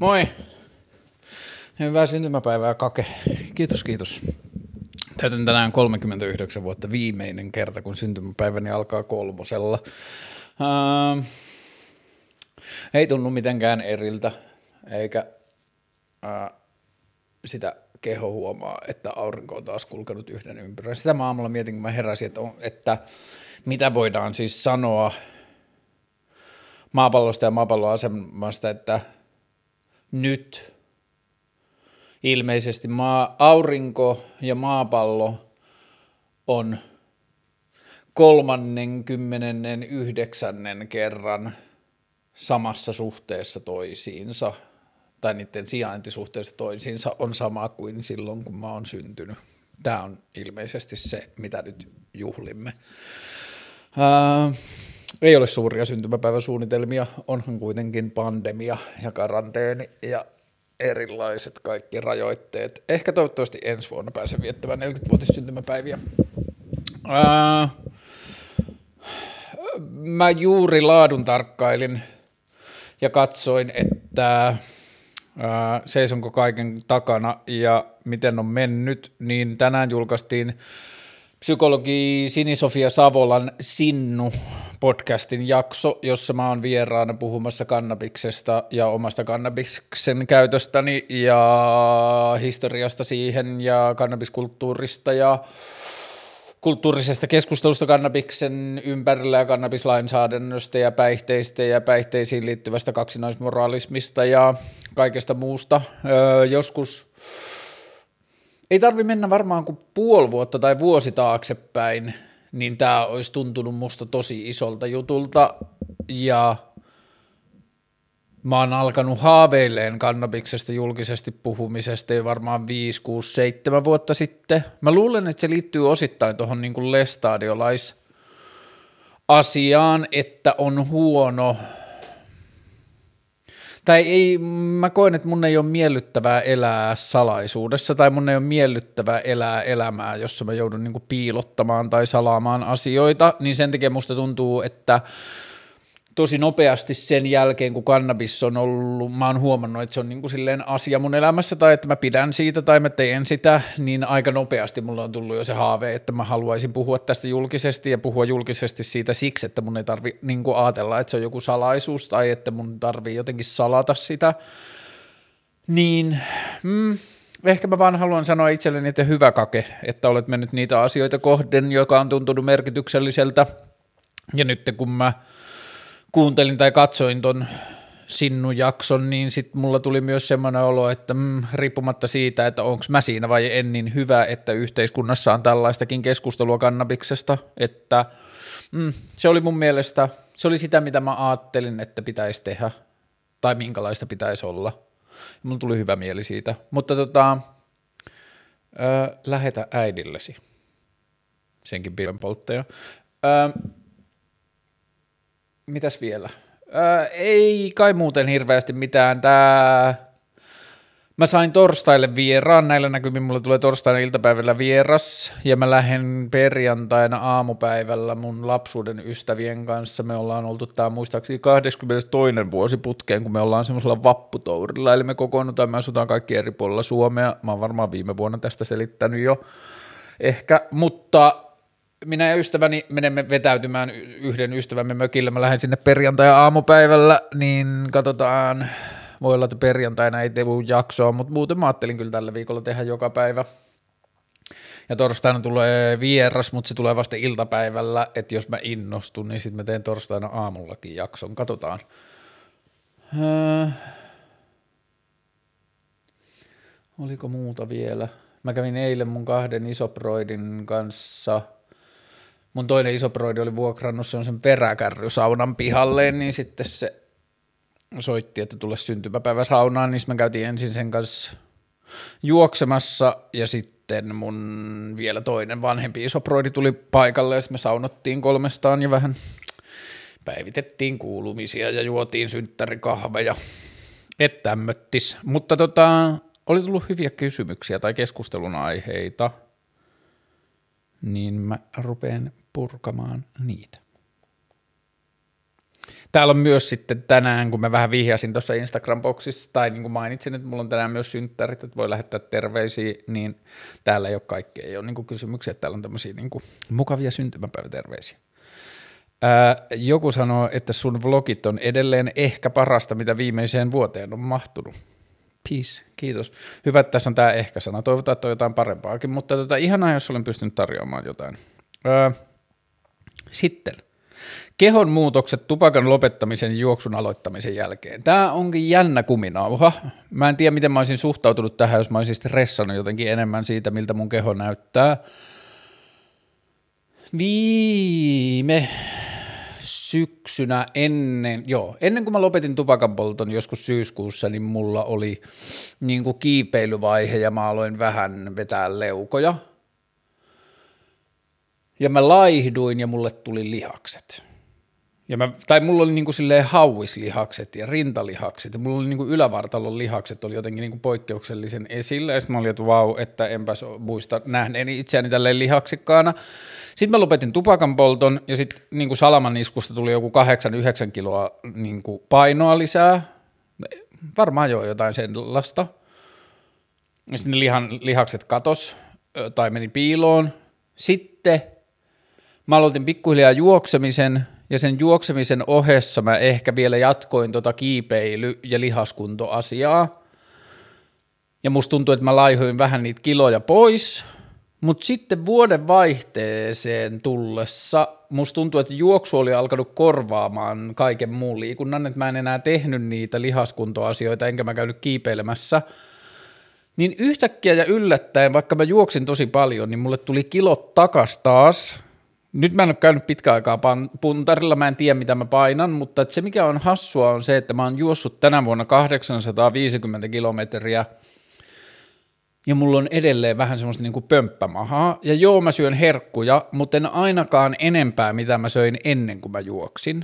Moi. Hyvää syntymäpäivää, Kake. Kiitos. Täytän tänään 39 vuotta, viimeinen kerta, kun syntymäpäiväni alkaa 3. Ei tunnu mitenkään eriltä, eikä sitä keho huomaa, että aurinko on taas kulkenut yhden ympyrän. Sitä mä aamulla mietin, kun mä heräsin, että mitä voidaan siis sanoa maapallosta ja maapallon asemasta, että nyt ilmeisesti aurinko ja maapallo on 39. kerran samassa suhteessa toisiinsa, tai niiden sijaintisuhteessa toisiinsa on sama kuin silloin, kun mä oon syntynyt. Tämä on ilmeisesti se, mitä nyt juhlimme. Ei ole suuria syntymäpäiväsuunnitelmia, onhan kuitenkin pandemia ja karanteeni ja erilaiset kaikki rajoitteet. Ehkä toivottavasti ensi vuonna pääsen viettämään 40-vuotissyntymäpäiviä. Mä juuri laadun tarkkailin ja katsoin, että seisonko kaiken takana ja miten on mennyt, niin tänään julkaistiin psykologi Sini-Sofia Savolan Sinnu podcastin jakso, jossa mä oon vieraana puhumassa kannabiksesta ja omasta kannabiksen käytöstäni ja historiasta siihen ja kannabiskulttuurista ja kulttuurisesta keskustelusta kannabiksen ympärillä ja kannabislainsäädännöstä ja päihteistä ja päihteisiin liittyvästä kaksinaismoraalismista ja kaikesta muusta. Joskus ei tarvi mennä varmaan kuin puoli vuotta tai vuosi taaksepäin, niin tämä olisi tuntunut musta tosi isolta jutulta, ja mä oon alkanut haaveilleen kannabiksesta julkisesti puhumisesta jo varmaan 5, 6, 7 vuotta sitten. Mä luulen, että se liittyy osittain tuohon niin kuin lestadiolais-asiaan, että on huono, tai ei, mä koen, että mun ei ole miellyttävää elää salaisuudessa, tai mun ei ole miellyttävää elää elämää, jossa mä joudun niin kuin piilottamaan tai salaamaan asioita, niin sen takia musta tuntuu, että tosi nopeasti sen jälkeen, kun kannabis on ollut, mä oon huomannut, että se on niin kuin silleen asia mun elämässä, tai että mä pidän siitä, tai mä teen sitä, niin aika nopeasti mulla on tullut jo se haave, että mä haluaisin puhua tästä julkisesti, ja puhua julkisesti siitä siksi, että mun ei tarvi niin kuin ajatella, että se on joku salaisuus, tai että mun tarvii jotenkin salata sitä, niin ehkä mä vaan haluan sanoa itselleni, että hyvä Kake, että olet mennyt niitä asioita kohden, joka on tuntunut merkitykselliseltä, ja nyt kun mä kuuntelin tai katsoin ton Sinnu-jakson, niin sitten mulla tuli myös semmoinen olo, että riippumatta siitä, että onko mä siinä vai en, niin hyvä, että yhteiskunnassa on tällaistakin keskustelua kannabiksesta, että se oli mun mielestä, se oli sitä, mitä mä ajattelin, että pitäisi tehdä, tai minkälaista pitäisi olla. Mulla tuli hyvä mieli siitä, mutta lähetä äidillesi, senkin pilvenpolttaja. Mitäs vielä? Ei kai muuten hirveästi mitään. Mä sain torstaille vieraan, näillä näkymin mulla tulee torstaina iltapäivällä vieras, ja mä lähden perjantaina aamupäivällä mun lapsuuden ystävien kanssa. Me ollaan oltu tää muistaakseni 22. vuosi putkeen, kun me ollaan semmoisella vapputourilla, eli me kokoonnutaan, me asutaan kaikki eri puolilla Suomea. Mä oon varmaan viime vuonna tästä selittänyt jo ehkä, mutta minä ja ystäväni menemme vetäytymään yhden ystävämme mökille, mä lähden sinne perjantai-aamupäivällä, niin katsotaan, voi olla, että perjantaina ei tee jaksoa, mutta muuten mä ajattelin kyllä tällä viikolla tehdä joka päivä. Ja torstaina tulee vieras, mutta se tulee vasta iltapäivällä, että jos mä innostun, niin sitten mä teen torstaina aamullakin jakson, katsotaan. Oliko muuta vielä? Mä kävin eilen mun 2 isoproidin kanssa. Mun toinen isoproidi oli vuokrannut sen peräkärrysaunan pihalleen, niin sitten se soitti, että tule syntymäpäiväsaunaan, niin me käytiin ensin sen kanssa juoksemassa, ja sitten mun vielä toinen vanhempi isoproidi tuli paikalle, ja me saunottiin 3 ja vähän päivitettiin kuulumisia, ja juotiin synttärikahveja, et tämmöttis. Mutta oli tullut hyviä kysymyksiä tai keskustelun aiheita, niin mä rupean purkamaan niitä. Täällä on myös sitten tänään, kun mä vähän vihjasin tuossa Instagram-boksissa, tai niin kuin mainitsin, että mulla on tänään myös synttärit, että voi lähettää terveisiä, niin täällä ei ole kaikkea, ei ole niin kuin kysymyksiä, täällä on tämmöisiä niin kuin mukavia syntymäpäiväterveisiä. Joku sanoo, että sun vlogit on edelleen ehkä parasta, mitä viimeiseen vuoteen on mahtunut. Peace, kiitos. Hyvä, että tässä on tämä ehkä-sana. Toivotaan, että on jotain parempaakin, mutta ihanaa, jos olen pystynyt tarjoamaan jotain. Sitten. Kehon muutokset tupakan lopettamisen ja juoksun aloittamisen jälkeen. Tämä onkin jännä kuminauha. Mä en tiedä, miten mä olisin suhtautunut tähän, jos mä olisin stressannut jotenkin enemmän siitä, miltä mun keho näyttää. Viime syksynä ennen kuin mä lopetin tupakan polton joskus syyskuussa, niin mulla oli niin kuin kiipeilyvaihe ja mä aloin vähän vetää leukoja. Ja mä laihduin ja mulle tuli lihakset. Mulla oli niinku silleen hauislihakset ja rintalihakset ja mulla oli niinku ylävartalon lihakset oli jotenkin niinku poikkeuksellisen esillä ja sitten mä olin, että vau, että enpäs muista nähneeni itseäni tälleen lihaksikkaana. Sitten mä lopetin tupakan polton ja sitten niinku salaman iskusta tuli joku 8-9 kiloa niinku painoa lisää, varmaan jotain sellaista. Ja sitten lihakset katos tai meni piiloon. Sitten mä aloitin pikkuhiljaa juoksemisen ja sen juoksemisen ohessa mä ehkä vielä jatkoin kiipeily- ja lihaskuntoasiaa. Ja musta tuntui, että mä laihoin vähän niitä kiloja pois, mutta sitten vuoden vaihteeseen tullessa musta tuntui, että juoksu oli alkanut korvaamaan kaiken muun liikunnan, että mä en enää tehnyt niitä lihaskuntoasioita, enkä mä käynyt kiipeilemässä. Niin yhtäkkiä ja yllättäen, vaikka mä juoksin tosi paljon, niin mulle tuli kilot takas taas. Nyt mä en ole käynyt pitkään aikaa puntarilla, mä en tiedä mitä mä painan, mutta se mikä on hassua on se, että mä oon juossut tänä vuonna 850 kilometriä ja mulla on edelleen vähän semmoista niin kuin pömppämahaa. Ja joo, mä syön herkkuja, mutta en ainakaan enempää mitä mä söin ennen kuin mä juoksin.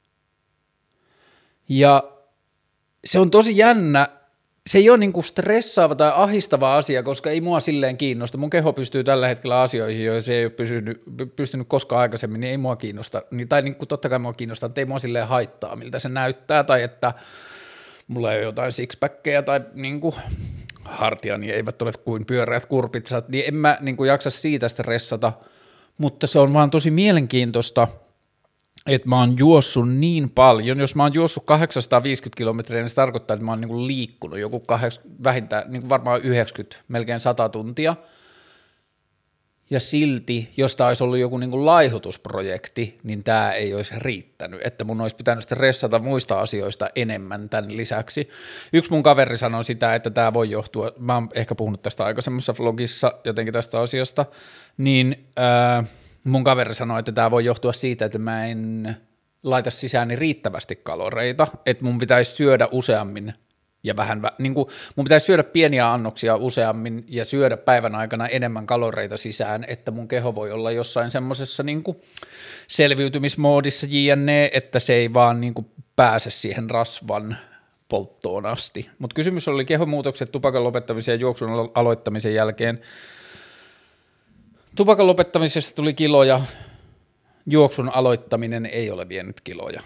Ja se on tosi jännä. Se ei ole niinku stressaava tai ahistava asia, koska ei mua silleen kiinnosta. Mun keho pystyy tällä hetkellä asioihin, joihin se ei ole pystynyt koskaan aikaisemmin, niin ei mua kiinnosta. Tai niinku totta kai mua kiinnostaa, että ei mua silleen haittaa, miltä se näyttää, tai että mulla ei ole jotain sixpackkejä tai niinku hartiani eivät ole kuin pyöreät kurpitsat, niin en mä niinku jaksa siitä stressata, mutta se on vaan tosi mielenkiintoista, että mä oon juossut niin paljon, jos mä oon juossut 850 kilometriä, niin se tarkoittaa, että mä oon niinku liikkunut joku vähintään niinku varmaan 90, melkein 100 tuntia, ja silti, jos tää olisi ollut joku niinku laihutusprojekti, niin tää ei olisi riittänyt, että mun olisi pitänyt stressata muista asioista enemmän tämän lisäksi. Yksi mun kaveri sanoi sitä, että tää voi johtua, mä oon ehkä puhunut tästä aikaisemmassa vlogissa jotenkin tästä asiasta, niin mun kaveri sanoi, että tämä voi johtua siitä, että mä en laita sisääni riittävästi kaloreita, että mun pitäisi syödä useammin ja niin kuin mun pitäisi syödä pieniä annoksia useammin ja syödä päivän aikana enemmän kaloreita sisään, että mun keho voi olla jossain semmoisessa niin kuin selviytymismoodissa jne, että se ei vaan niin kuin pääse siihen rasvan polttoon asti. Mutta kysymys oli kehomuutokset tupakan lopettamisen ja juoksun aloittamisen jälkeen. Tupakan lopettamisesta tuli kiloja, juoksun aloittaminen ei ole vienyt kiloja.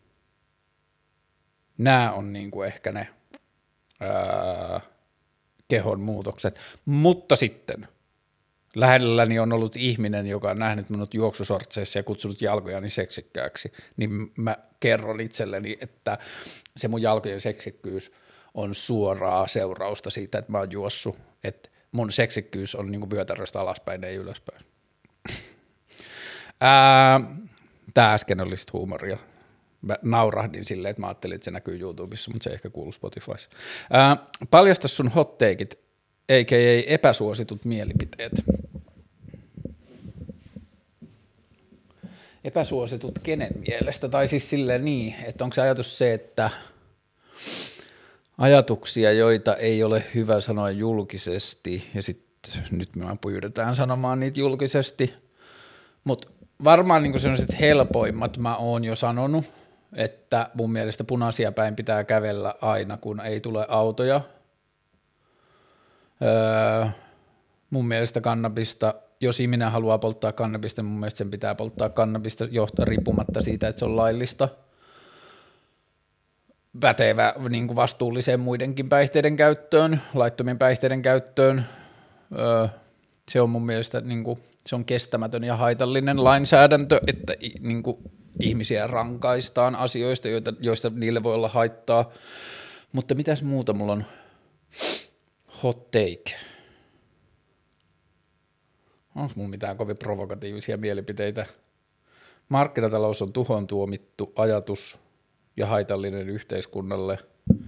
Nämä on niinku ehkä ne kehon muutokset, mutta sitten lähelläni on ollut ihminen, joka on nähnyt minut juoksusortseissa ja kutsunut jalkojani seksikkääksi, niin mä kerron itselleni, että se mun jalkojen seksikkyys on suoraa seurausta siitä, että mä oon juossut, että mun seksikkyys on niinku vyötäröstä alaspäin, ei ylöspäin. Tää äsken oli sit huumoria. Mä naurahdin silleen, että mä ajattelin, että se näkyy YouTubessa, mutta se ehkä kuuluu Spotifyssa. Paljasta sun hot takeit, a.k.a. epäsuositut mielipiteet. Epäsuositut kenen mielestä? Tai siis silleen niin, että onko se ajatus se, että ajatuksia, joita ei ole hyvä sanoa julkisesti, ja sitten nyt me pyydetään sanomaan niitä julkisesti, mutta varmaan niinku sellaiset helpoimmat mä oon jo sanonut, että mun mielestä punaisia päin pitää kävellä aina, kun ei tule autoja. Mun mielestä kannabista, jos ihminen haluaa polttaa kannabista, mun mielestä sen pitää polttaa kannabista riippumatta siitä, että se on laillista. pätevä niin kuin vastuulliseen muidenkin päihteiden käyttöön, laittomien päihteiden käyttöön. Se on mun mielestä niin kuin, se on kestämätön ja haitallinen lainsäädäntö, että niin kuin, ihmisiä rankaistaan asioista, joista niille voi olla haittaa. Mutta mitäs muuta mulla on hot take? Onko mulla mitään kovin provokatiivisia mielipiteitä? Markkinatalous on tuhoon tuomittu ajatus ja haitallinen yhteiskunnalle.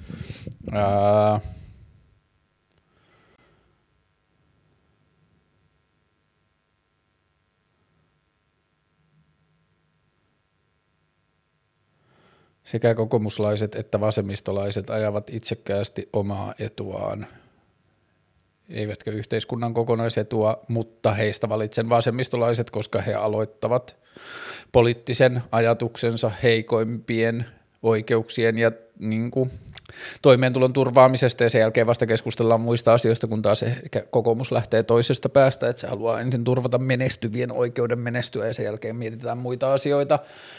Sekä kokoomuslaiset että vasemmistolaiset ajavat itsekkäästi omaa etuaan, eivätkä yhteiskunnan kokonaisetua, mutta heistä valitsen vasemmistolaiset, koska he aloittavat poliittisen ajatuksensa heikoimpien oikeuksien ja niin kuin, toimeentulon turvaamisesta, ja sen jälkeen vasta keskustellaan muista asioista, kun taas ehkä kokoomus lähtee toisesta päästä, että se haluaa ensin turvata menestyvien oikeuden menestyä, ja sen jälkeen mietitään muita asioita.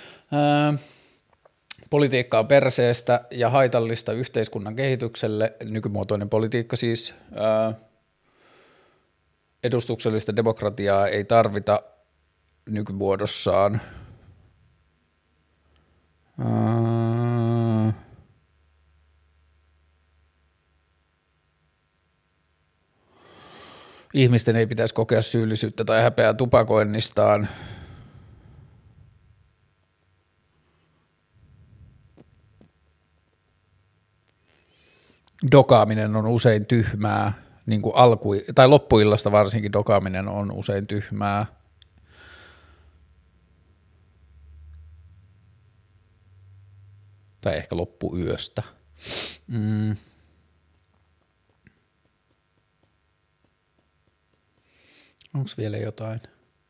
Politiikka on perseestä ja haitallista yhteiskunnan kehitykselle, nykymuotoinen politiikka siis, edustuksellista demokratiaa ei tarvita nykymuodossaan. Ihmisten ei pitäisi kokea syyllisyyttä tai häpeää tupakoinnistaan. Dokaaminen on usein tyhmää, niin kuin tai loppuillasta varsinkin dokaaminen on usein tyhmää. Tai ehkä loppuyöstä. Onko vielä jotain?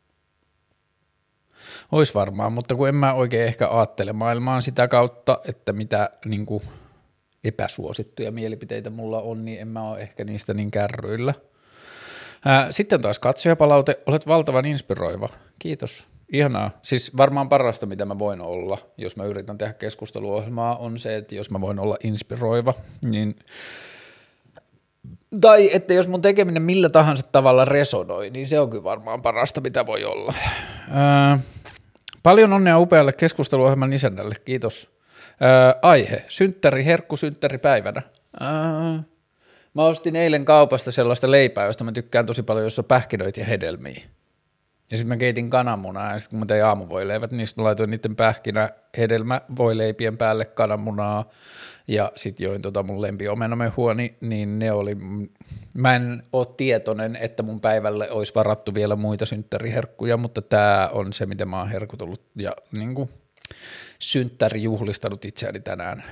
Ois varmaan, mutta kun en mä oikein ehkä aattele maailmaan sitä kautta, että mitä niin kuin epäsuosittuja mielipiteitä mulla on, niin en mä ole ehkä niistä niin kärryillä. Sitten taas katsojapalaute, olet valtavan inspiroiva. Kiitos. Ihanaa. Siis varmaan parasta, mitä mä voin olla, jos mä yritän tehdä keskusteluohjelmaa, on se, että jos mä voin olla inspiroiva, niin tai että jos mun tekeminen millä tahansa tavalla resonoi, niin se on kyllä varmaan parasta, mitä voi olla. Paljon onnea upealle keskusteluohjelman isännälle, kiitos. Aihe, synttäri, herkku synttäripäivänä. Mä ostin eilen kaupasta sellaista leipää, josta mä tykkään tosi paljon, jossa on pähkinöitä ja hedelmiä. Ja sitten mä keitin kananmunaa, ja sitten kun mä tein aamuvoileivät, niin mä laitoin niiden hedelmävoileipien päälle kananmunaa, ja sitten join mun lempiomenamehua, niin ne oli, mä en ole tietoinen, että mun päivälle olisi varattu vielä muita synttäriherkkuja, mutta tää on se, miten mä oon herkutellut ja niin kuin synttärijuhlistanut itseäni tänään.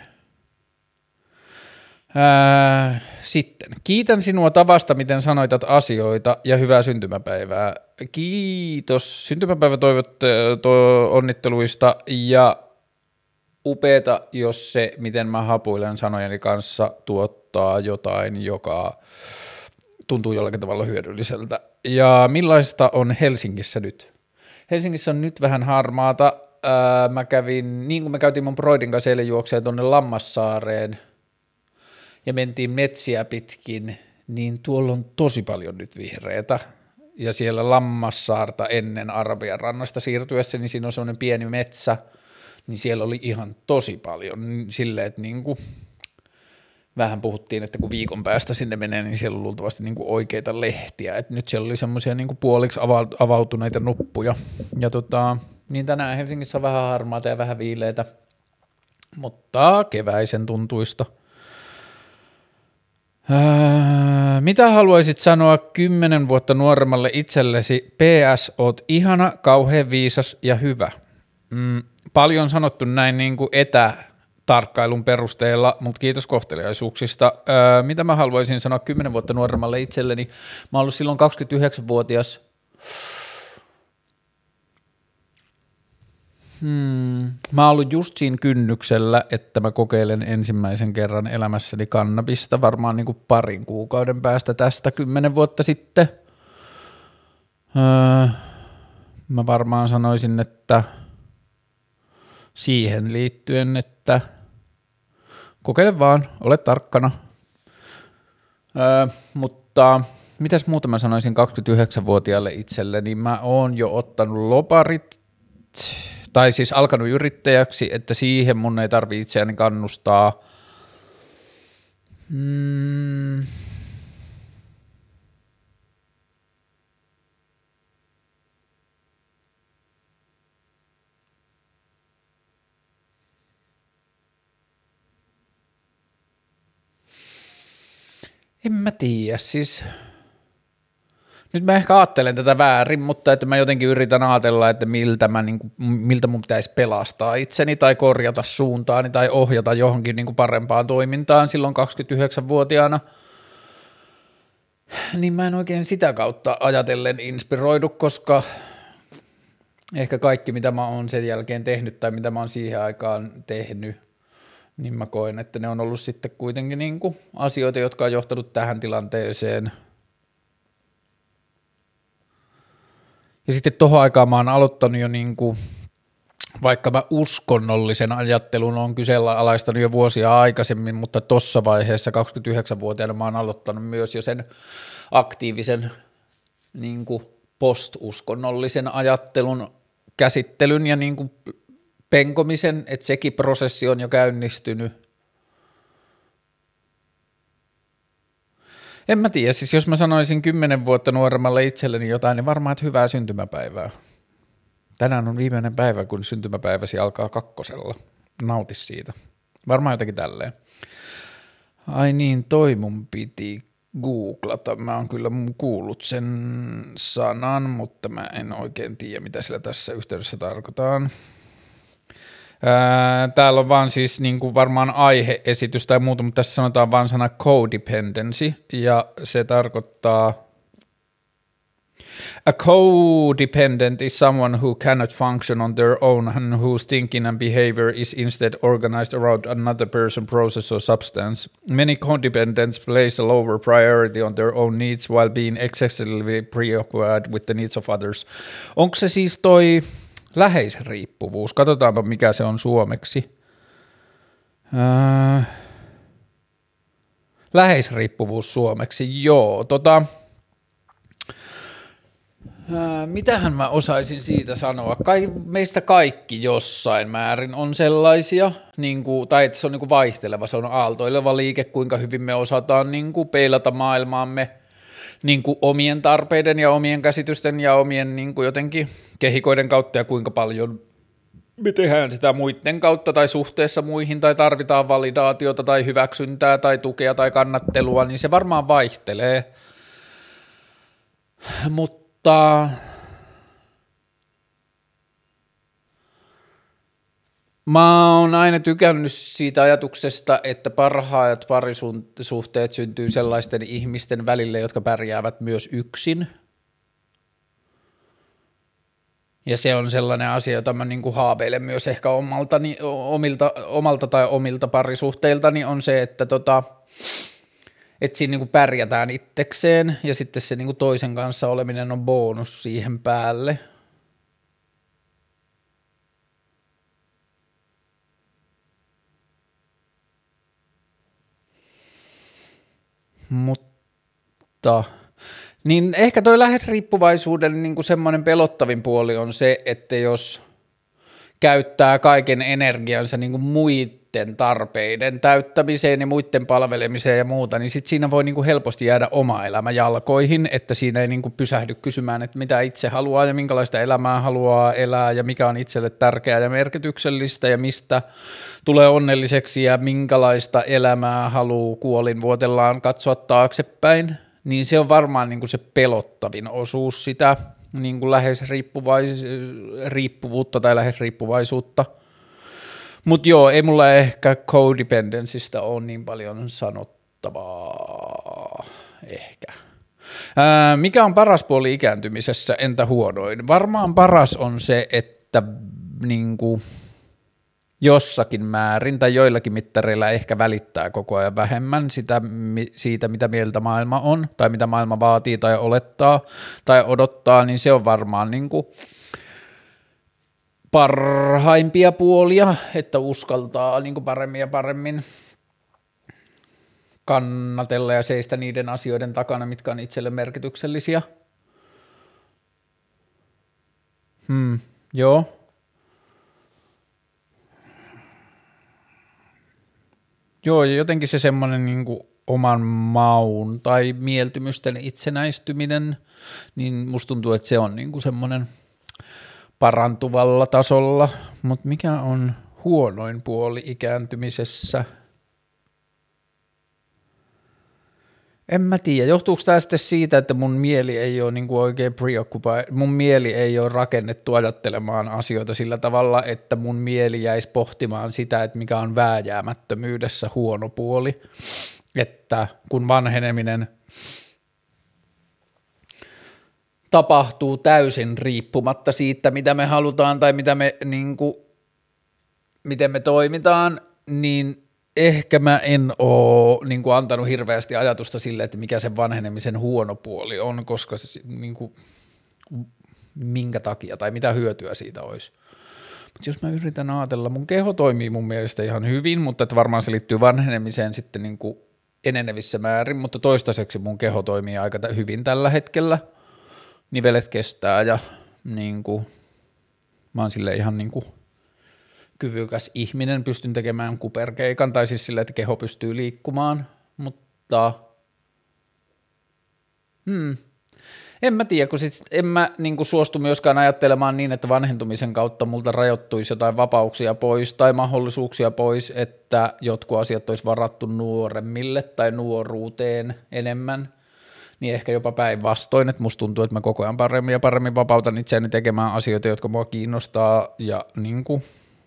Sitten, kiitän sinua tavasta, miten sanoitat asioita ja hyvää syntymäpäivää. Kiitos syntymäpäivätoivot onnitteluista ja upeeta, jos se, miten mä hapuilen sanojeni kanssa, tuottaa jotain, joka tuntuu jollakin tavalla hyödylliseltä. Ja millaista on Helsingissä nyt? Helsingissä on nyt vähän harmaata. Mä kävin, niin kuin me käytiin mun broidin kanssa eilen juokseen tuonne Lammassaareen ja mentiin metsiä pitkin, niin tuolla on tosi paljon nyt vihreätä. Ja siellä Lammassaarta ennen Arabian rannasta siirtyessä, niin siinä on semmoinen pieni metsä, niin siellä oli ihan tosi paljon silleen, että niin kuin vähän puhuttiin, että kun viikon päästä sinne menee, niin siellä on luultavasti niin kuin oikeita lehtiä, että nyt siellä oli semmoisia niin kuin puoliksi avautuneita nuppuja, ja niin tänään Helsingissä on vähän harmaata ja vähän viileitä, mutta keväisen tuntuista. Mitä haluaisit sanoa 10 vuotta nuoremmalle itsellesi? PS, oot ihana, kauhean viisas ja hyvä. Paljon sanottu näin niin kuin etätarkkailun perusteella, mutta kiitos kohteliaisuuksista. Mitä mä haluaisin sanoa 10 vuotta nuoremmalle itselleni? Mä oon ollut silloin 29-vuotias. Mä oon ollut just siinä kynnyksellä, että mä kokeilen ensimmäisen kerran elämässäni kannabista varmaan niin kuin parin kuukauden päästä tästä 10 vuotta sitten. Mä varmaan sanoisin, että siihen liittyen, että Kokeile vaan, ole tarkkana. Mutta mitäs muuta mä sanoisin 29-vuotiaalle itselleni, mä oon jo ottanut loparit, tai siis alkanut yrittäjäksi, että siihen mun ei tarvitse itseäni kannustaa. En mä tiedä, siis nyt mä ehkä ajattelen tätä väärin, mutta että mä jotenkin yritän ajatella, että miltä mun pitäisi pelastaa itseni tai korjata suuntaani tai ohjata johonkin niin kuin parempaan toimintaan silloin 29-vuotiaana. Niin mä en oikein sitä kautta ajatellen inspiroidu, koska ehkä kaikki mitä mä oon sen jälkeen tehnyt tai mitä mä oon siihen aikaan tehnyt, niin mä koen, että ne on ollut sitten kuitenkin niin kuin asioita, jotka on johtanut tähän tilanteeseen. Ja sitten tohon aikaan mä oon aloittanut jo niin kuin, vaikka mä uskonnollisen ajattelun on kyseenalaistanut jo vuosia aikaisemmin, mutta tossa vaiheessa 29-vuotiaana mä oon aloittanut myös jo sen aktiivisen niin kuin post-uskonnollisen ajattelun käsittelyn ja niin kuin penkomisen, että sekin prosessi on jo käynnistynyt. En mä tiedä, siis jos mä sanoisin 10 vuotta nuoremmalle itselleni jotain, niin varmaan, että hyvää syntymäpäivää. Tänään on viimeinen päivä, kun syntymäpäiväsi alkaa 2. Nauti siitä. Varmaan jotenkin tälleen. Ai niin, toi mun piti googlata. Mä oon kyllä kuullut sen sanan, mutta mä en oikein tiedä, mitä sillä tässä yhteydessä tarkoitaan. Täällä on vaan siis niin kuin varmaan aiheesitys tai muuta, mutta tässä sanotaan vaan sana codependency, ja se tarkoittaa a codependent is someone who cannot function on their own and whose thinking and behavior is instead organized around another person, process or substance. Many codependents place a lower priority on their own needs while being excessively preoccupied with the needs of others. Onko se siis toi läheisriippuvuus? Katsotaanpa mikä se on suomeksi. Läheisriippuvuus suomeksi, joo. Mitähän mä osaisin siitä sanoa? Meistä kaikki jossain määrin on sellaisia, niin kuin, tai että se on niin kuin vaihteleva, se on aaltoileva liike, kuinka hyvin me osataan niin kuin peilata maailmaamme niin kuin omien tarpeiden ja omien käsitysten ja omien niin kuin jotenkin kehikoiden kautta ja kuinka paljon me tehdään sitä muiden kautta tai suhteessa muihin tai tarvitaan validaatiota tai hyväksyntää tai tukea tai kannattelua, niin se varmaan vaihtelee, mutta mä oon aina tykännyt siitä ajatuksesta, että parhaat parisuhteet syntyy sellaisten ihmisten välille, jotka pärjäävät myös yksin. Ja se on sellainen asia, jota mä niin kuin haaveilen myös ehkä omilta parisuhteiltani, on se, että siinä niin kuin pärjätään itsekseen ja sitten se niin kuin toisen kanssa oleminen on bonus siihen päälle. Mutta niin ehkä toi läheisriippuvaisuuden niin kuin semmoinen pelottavin puoli on se, että jos käyttää kaiken energiansa niin kuin muiden tarpeiden täyttämiseen ja muiden palvelemiseen ja muuta, niin sitten siinä voi niin kuin helposti jäädä oma elämä jalkoihin, että siinä ei niin kuin pysähdy kysymään, että mitä itse haluaa ja minkälaista elämää haluaa elää ja mikä on itselle tärkeää ja merkityksellistä ja mistä tulee onnelliseksi ja minkälaista elämää haluaa kuolinvuotellaan katsoa taaksepäin, niin se on varmaan niin kuin se pelottavin osuus sitä niin kuin riippuvuutta tai läheisriippuvaisuutta. Mutta joo, ei mulla ehkä codependencystä ole niin paljon sanottavaa ehkä. Mikä on paras puoli ikääntymisessä, entä huonoin? Varmaan paras on se, että niinku jossakin määrin tai joillakin mittareilla ehkä välittää koko ajan vähemmän siitä, mitä mieltä maailma on tai mitä maailma vaatii tai olettaa tai odottaa, niin se on varmaan niin kuin parhaimpia puolia, että uskaltaa niin kuin paremmin ja paremmin kannatella ja seistä niiden asioiden takana, mitkä on itselle merkityksellisiä. Joo. Joo, ja jotenkin se semmoinen niin kuin oman maun tai mieltymysten itsenäistyminen, niin musta tuntuu, että se on niin kuin semmoinen parantuvalla tasolla, mutta mikä on huonoin puoli ikääntymisessä? En mä tiedä, johtuuko tämä sitten siitä, että mun mieli ei ole niin kuin oikein mun mieli ei ole rakennettu ajattelemaan asioita sillä tavalla, että mun mieli jäisi pohtimaan sitä, että mikä on vääjäämättömyydessä huono puoli, että kun vanheneminen tapahtuu täysin riippumatta siitä, mitä me halutaan tai mitä me, niin kuin, miten me toimitaan, niin ehkä mä en ole niin kuin antanut hirveästi ajatusta sille, että mikä se vanhenemisen huono puoli on, koska se, niin kuin, minkä takia tai mitä hyötyä siitä olisi. Mutta jos mä yritän ajatella, mun keho toimii mun mielestä ihan hyvin, mutta että varmaan se liittyy vanhenemiseen sitten niin kuin enenevissä määrin, mutta toistaiseksi mun keho toimii aika hyvin tällä hetkellä. Nivelet kestää ja niin kuin, mä oon silleen ihan niin kuin kyvykäs ihminen, pystyn tekemään kuperkeikan, tai siis silleen, että keho pystyy liikkumaan, mutta en mä tiedä, kun sit en mä niin kuin suostu myöskään ajattelemaan niin, että vanhentumisen kautta multa rajoittuisi jotain vapauksia pois tai mahdollisuuksia pois, että jotkut asiat olisi varattu nuoremmille tai nuoruuteen enemmän, niin ehkä jopa päinvastoin, että musta tuntuu, että mä koko ajan paremmin ja paremmin vapautan itseäni tekemään asioita, jotka mua kiinnostaa ja niin kuin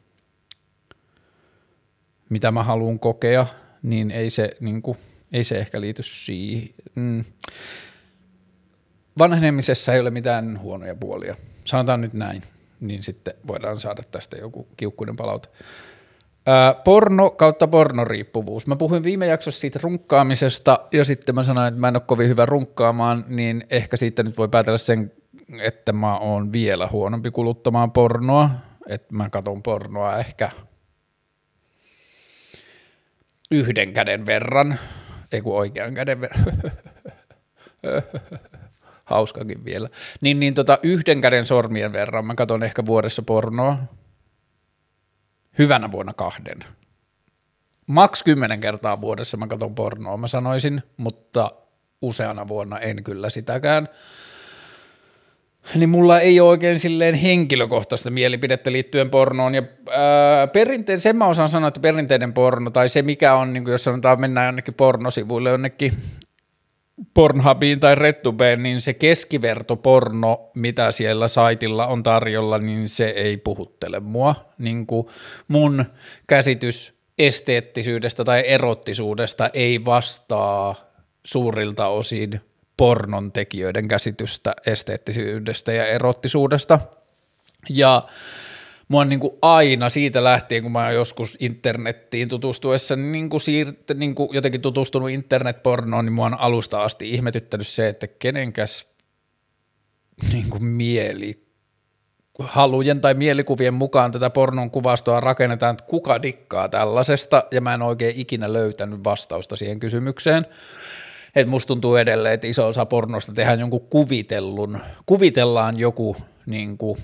mitä mä haluan kokea, niin ei se ehkä liity siihen. Vanhenemisessa ei ole mitään huonoja puolia. Sanotaan nyt näin, niin sitten voidaan saada tästä joku kiukkuinen palaute. Porno kautta pornoriippuvuus. Mä puhuin viime jaksossa siitä runkkaamisesta, ja sitten mä sanoin, että mä en ole kovin hyvä runkkaamaan, niin ehkä siitä nyt voi päätellä sen, että mä oon vielä huonompi kuluttamaan pornoa, että mä katon pornoa ehkä yhden käden verran, ei kun oikean käden verran, hauskakin vielä, niin yhden käden sormien verran mä katon ehkä vuodessa pornoa, hyvänä vuonna 2. Maks 10 kertaa vuodessa mä katon pornoa, mä sanoisin, mutta useana vuonna en kyllä sitäkään. Niin mulla ei ole oikein silleen henkilökohtaista mielipidettä liittyen pornoon, ja sen mä osaan sanoa, että perinteinen porno, tai se mikä on, niin jos sanotaan mennään jonnekin pornosivuille, jonnekin Pornhubiin tai RedTubeen, niin se keskivertoporno, mitä siellä saitilla on tarjolla, niin se ei puhuttele mua. Niin kuin mun käsitys esteettisyydestä tai erottisuudesta ei vastaa suurilta osin pornon tekijöiden käsitystä esteettisyydestä ja erottisuudesta. Ja mua on niin kuin aina siitä lähtien, kun mä oon joskus internettiin tutustuessa niin kuin jotenkin tutustunut internetpornoon, niin mua on alusta asti ihmetyttänyt se, että kenenkäs niin kuin halujen tai mielikuvien mukaan tätä pornon kuvastoa rakennetaan, että kuka dikkaa tällaisesta, ja mä en oikein ikinä löytänyt vastausta siihen kysymykseen. Että musta tuntuu edelleen, että iso osa pornosta tehdään jonkun kuvitellaan joku niin kuin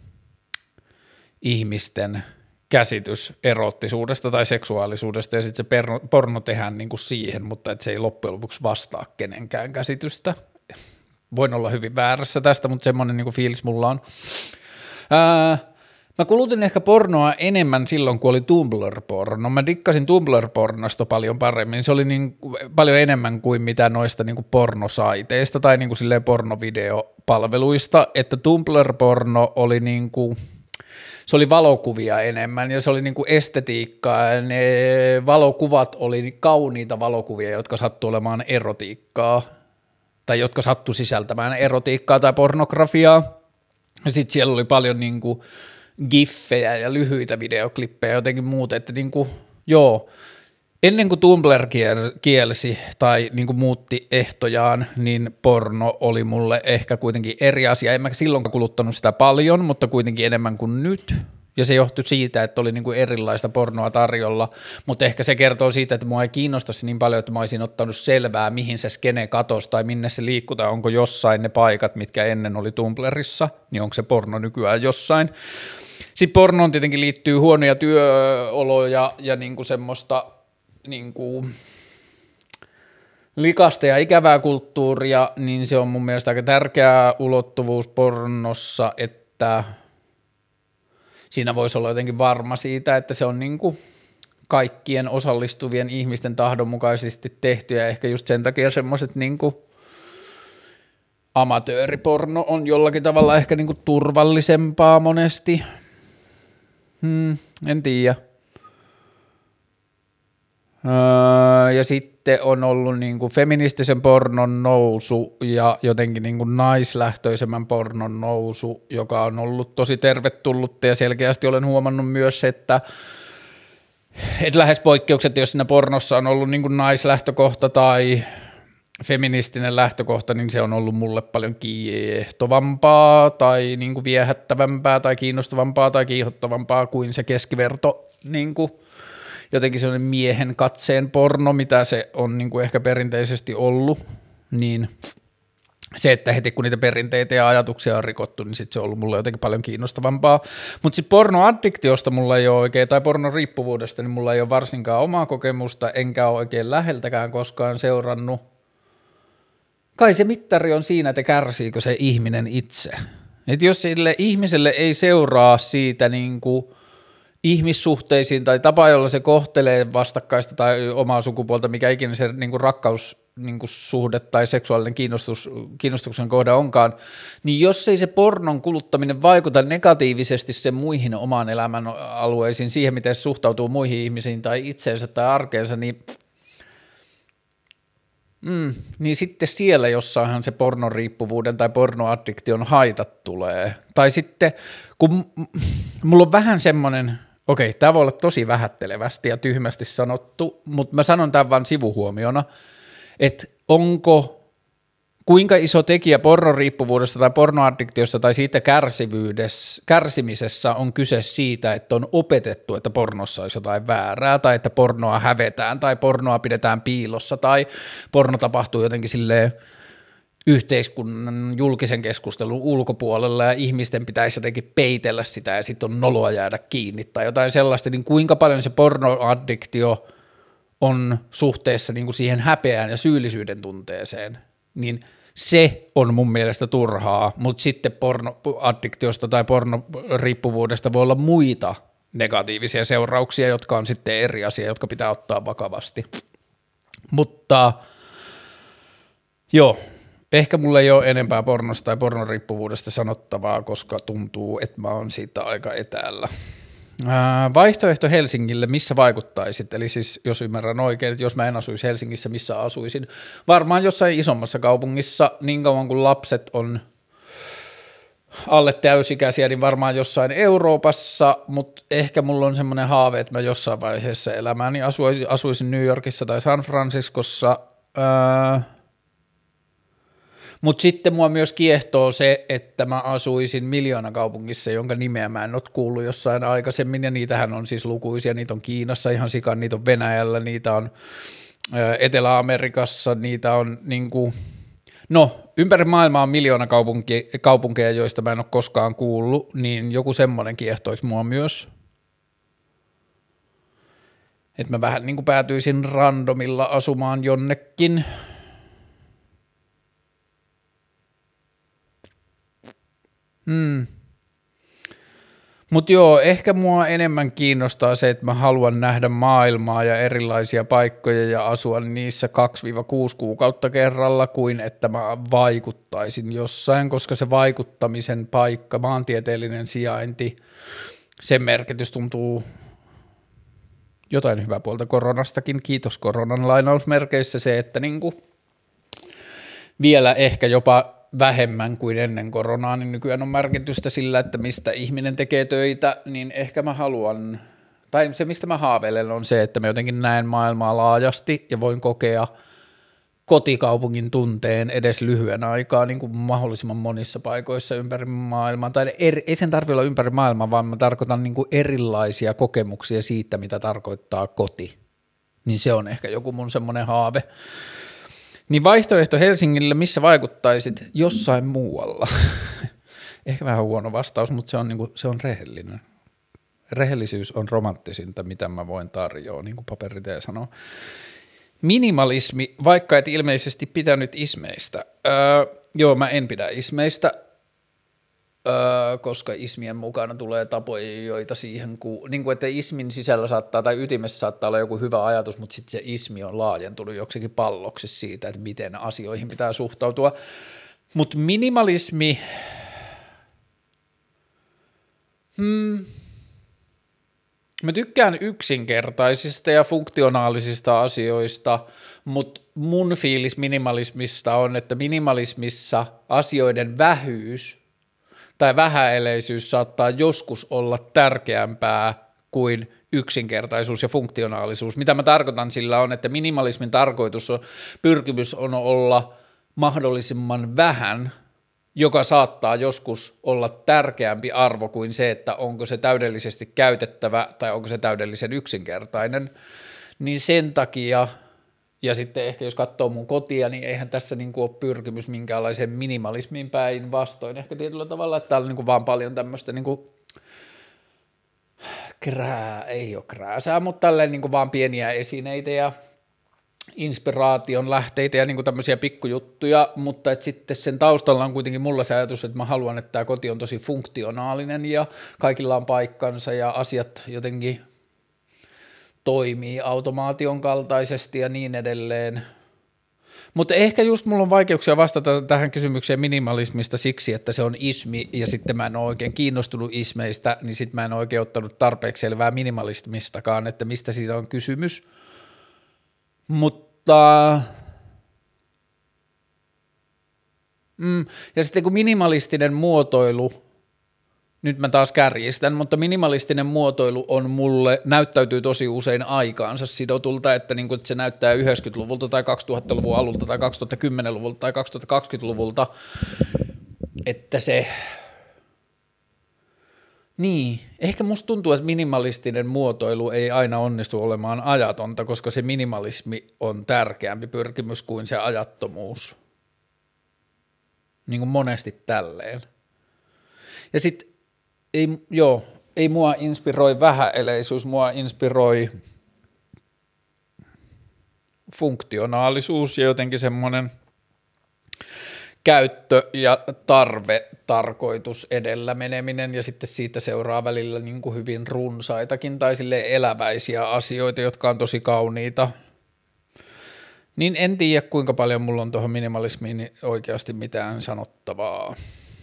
ihmisten käsitys erottisuudesta tai seksuaalisuudesta, ja sitten se porno tehdään niin kuin siihen, mutta että se ei loppujen lopuksi vastaa kenenkään käsitystä. Voin olla hyvin väärässä tästä, mutta semmoinen niin kuin fiilis mulla on. Mä kulutin ehkä pornoa enemmän silloin, kun oli Tumblr-porno. Mä dikkasin Tumblr-pornosta paljon paremmin. Se oli niin paljon enemmän kuin mitä noista niin kuin pornosaiteista tai niin kuin silleen pornovideopalveluista, että Tumblr-porno oli niin kuin, se oli valokuvia enemmän ja se oli niin kuin estetiikkaa ja ne valokuvat oli kauniita valokuvia, jotka sattu olemaan erotiikkaa tai jotka sattu sisältämään erotiikkaa tai pornografiaa. Ja sitten siellä oli paljon niin kuin giffejä ja lyhyitä videoklippejä ja jotenkin muuta, että niin kuin, joo, ennen kuin Tumblr kielsi tai niin kuin muutti ehtojaan, niin porno oli mulle ehkä kuitenkin eri asia. En mä silloin kuluttanut sitä paljon, mutta kuitenkin enemmän kuin nyt. Ja se johtui siitä, että oli niinku erilaista pornoa tarjolla, mutta ehkä se kertoo siitä, että mua ei kiinnosta se niin paljon, että mä olisin ottanut selvää, mihin se skene katosi tai minne se liikkuu, tai onko jossain ne paikat, mitkä ennen oli Tumblrissa, niin onko se porno nykyään jossain. Sitten pornoon tietenkin liittyy huonoja työoloja ja niinku semmoista niinku likasta ja ikävää kulttuuria, niin se on mun mielestä aika tärkeä ulottuvuus pornossa, että siinä voisi olla jotenkin varma siitä, että se on niinku kaikkien osallistuvien ihmisten tahdonmukaisesti tehty ja ehkä just sen takia semmoiset niinku amatööriporno on jollakin tavalla ehkä niinku turvallisempaa monesti. En tiedä. Ja sitten on ollut niinku feministisen pornon nousu ja jotenkin niinku naislähtöisemmän pornon nousu, joka on ollut tosi tervetullutta ja selkeästi olen huomannut myös, että lähes poikkeukset, jos siinä pornossa on ollut niinku naislähtökohta tai feministinen lähtökohta, niin se on ollut mulle paljon kiehtovampaa tai niinku viehättävämpää tai kiinnostavampaa tai kiihottavampaa kuin se keskiverto niinku jotenkin sellainen miehen katseen porno, mitä se on niin kuin ehkä perinteisesti ollut, niin se, että heti kun niitä perinteitä ja ajatuksia on rikottu, niin sitten se on ollut mulle jotenkin paljon kiinnostavampaa. Mutta sitten pornoaddiktiosta mulla ei ole oikein, tai pornoriippuvuudesta, niin mulla ei ole varsinkaan omaa kokemusta, enkä ole oikein läheltäkään koskaan seurannut. Kai se mittari on siinä, että kärsiikö se ihminen itse. Että jos sille ihmiselle ei seuraa siitä niin kuin ihmissuhteisiin tai tapa, jolla se kohtelee vastakkaista tai omaa sukupuolta, mikä ikinä se niin kuin rakkaussuhde tai seksuaalinen kiinnostuksen kohde onkaan, niin jos ei se pornon kuluttaminen vaikuta negatiivisesti sen muihin omaan elämän alueisiin, siihen miten se suhtautuu muihin ihmisiin tai itseensä tai arkeensa, niin sitten siellä jossainhan se pornoriippuvuuden tai pornoaddiktion haitat tulee. Tai sitten, kun mulla on vähän semmoinen, okei, tämä voi olla tosi vähättelevästi ja tyhmästi sanottu, mutta mä sanon tämän vaan sivuhuomiona, että kuinka iso tekijä pornoriippuvuudesta tai pornoaddiktiosta tai siitä kärsimisessä on kyse siitä, että on opetettu, että pornossa olisi jotain väärää tai että pornoa hävetään tai pornoa pidetään piilossa tai porno tapahtuu jotenkin silleen yhteiskunnan julkisen keskustelun ulkopuolella ja ihmisten pitäisi jotenkin peitellä sitä ja sitten on noloa jäädä kiinni tai jotain sellaista, niin kuinka paljon se pornoaddiktio on suhteessa niin kuin siihen häpeään ja syyllisyyden tunteeseen, niin se on mun mielestä turhaa, mutta sitten pornoaddiktiosta tai pornoriippuvuudesta voi olla muita negatiivisia seurauksia, jotka on sitten eri asia, jotka pitää ottaa vakavasti. Mutta joo, ehkä mulla ei ole enempää pornosta tai pornoriippuvuudesta sanottavaa, koska tuntuu, että mä oon siitä aika etäällä. Vaihtoehto Helsingille, missä vaikuttaisit? Eli siis jos ymmärrän oikein, että jos mä en asuisi Helsingissä, missä asuisin? Varmaan jossain isommassa kaupungissa, niin kauan kuin lapset on alle täysikäisiä, niin varmaan jossain Euroopassa, mutta ehkä mulla on semmoinen haave, että mä jossain vaiheessa elämääni asuisin New Yorkissa tai San Franciscossa, mutta sitten mua myös kiehtoo se, että mä asuisin miljoonakaupungissa, jonka nimeä mä en ole kuullut jossain aikaisemmin, ja niitähän on siis lukuisia, niitä on Kiinassa ihan sikan, niitä on Venäjällä, niitä on Etelä-Amerikassa, niitä on niinku, ympäri maailmaa on miljoonakaupunkeja, joista mä en ole koskaan kuullut, niin joku semmoinen kiehtoisi mua myös. Että mä vähän niin kuin päätyisin randomilla asumaan jonnekin. Mutta joo, ehkä mua enemmän kiinnostaa se, että mä haluan nähdä maailmaa ja erilaisia paikkoja ja asua niissä 2-6 kuukautta kerralla, kuin että mä vaikuttaisin jossain, koska se vaikuttamisen paikka, maantieteellinen sijainti, sen merkitys tuntuu jotain hyvää puolta koronastakin, kiitos koronan lainausmerkeissä se, että niinku vielä ehkä jopa vähemmän kuin ennen koronaa, niin nykyään on merkitystä sillä, että mistä ihminen tekee töitä, niin ehkä mä haluan, tai se mistä mä haaveilen on se, että mä jotenkin näen maailmaa laajasti ja voin kokea kotikaupungin tunteen edes lyhyen aikaa niin kuin mahdollisimman monissa paikoissa ympäri maailmaa, tai ei sen tarvitse olla ympäri maailmaa, vaan mä tarkoitan niin kuin erilaisia kokemuksia siitä, mitä tarkoittaa koti, niin se on ehkä joku mun semmoinen haave. Niin vaihtoehto Helsingille, missä vaikuttaisit jossain muualla? Ehkä vähän huono vastaus, mutta se on rehellinen. Rehellisyys on romanttisinta, mitä mä voin tarjoa, niin kuin paperitee sanoo. Minimalismi, vaikka et ilmeisesti pitänyt ismeistä. Joo, mä en pidä ismeistä, koska ismien mukana tulee tapoja, joita siihen niin kuin että ismin sisällä saattaa tai ytimessä saattaa olla joku hyvä ajatus, mutta sitten se ismi on laajentunut joksikin palloksi siitä, että miten asioihin pitää suhtautua. Mutta minimalismi, mä tykkään yksinkertaisista ja funktionaalisista asioista, mutta mun fiilis minimalismista on, että minimalismissa asioiden vähyys tai vähäeleisyys saattaa joskus olla tärkeämpää kuin yksinkertaisuus ja funktionaalisuus. Mitä mä tarkoitan sillä on, että minimalismin pyrkimys on olla mahdollisimman vähän, joka saattaa joskus olla tärkeämpi arvo kuin se, että onko se täydellisesti käytettävä tai onko se täydellisen yksinkertainen, niin sen takia, ja sitten ehkä jos katsoo mun kotia, niin eihän tässä niin kuin ole pyrkimys minkäänlaiseen minimalismin päinvastoin, ehkä tietyllä tavalla, että täällä on niin kuin vaan paljon tämmöistä niin kuin ei ole krääsää, mutta tälleen niin kuin vaan pieniä esineitä ja inspiraation lähteitä ja niin kuin tämmöisiä pikkujuttuja, mutta että sitten sen taustalla on kuitenkin mulla se ajatus, että mä haluan, että tämä koti on tosi funktionaalinen ja kaikilla on paikkansa ja asiat jotenkin toimii automaation kaltaisesti ja niin edelleen. Mutta ehkä just mulla on vaikeuksia vastata tähän kysymykseen minimalismista siksi, että se on ismi ja sitten mä en ole oikein kiinnostunut ismeistä, niin sitten mä en ole oikein ottanut tarpeeksi selvää minimalismistakaan, että mistä siinä on kysymys. Mutta ja sitten kun minimalistinen muotoilu, nyt mä taas kärjistän, mutta minimalistinen muotoilu on mulle, näyttäytyy tosi usein aikaansa sidotulta, että, niin kuin, että se näyttää 90-luvulta tai 2000-luvun alulta tai 2010-luvulta tai 2020-luvulta, että se, niin, ehkä musta tuntuu, että minimalistinen muotoilu ei aina onnistu olemaan ajatonta, koska se minimalismi on tärkeämpi pyrkimys kuin se ajattomuus, niin kuin monesti tälleen. Ja sitten ei mua inspiroi vähäeleisyys, mua inspiroi funktionaalisuus ja jotenkin semmoinen käyttö- ja tarkoitus edellä meneminen ja sitten siitä seuraa välillä niin kuin hyvin runsaitakin tai silleen eläväisiä asioita, jotka on tosi kauniita. Niin en tiedä, kuinka paljon mulla on tuohon minimalismiin oikeasti mitään sanottavaa.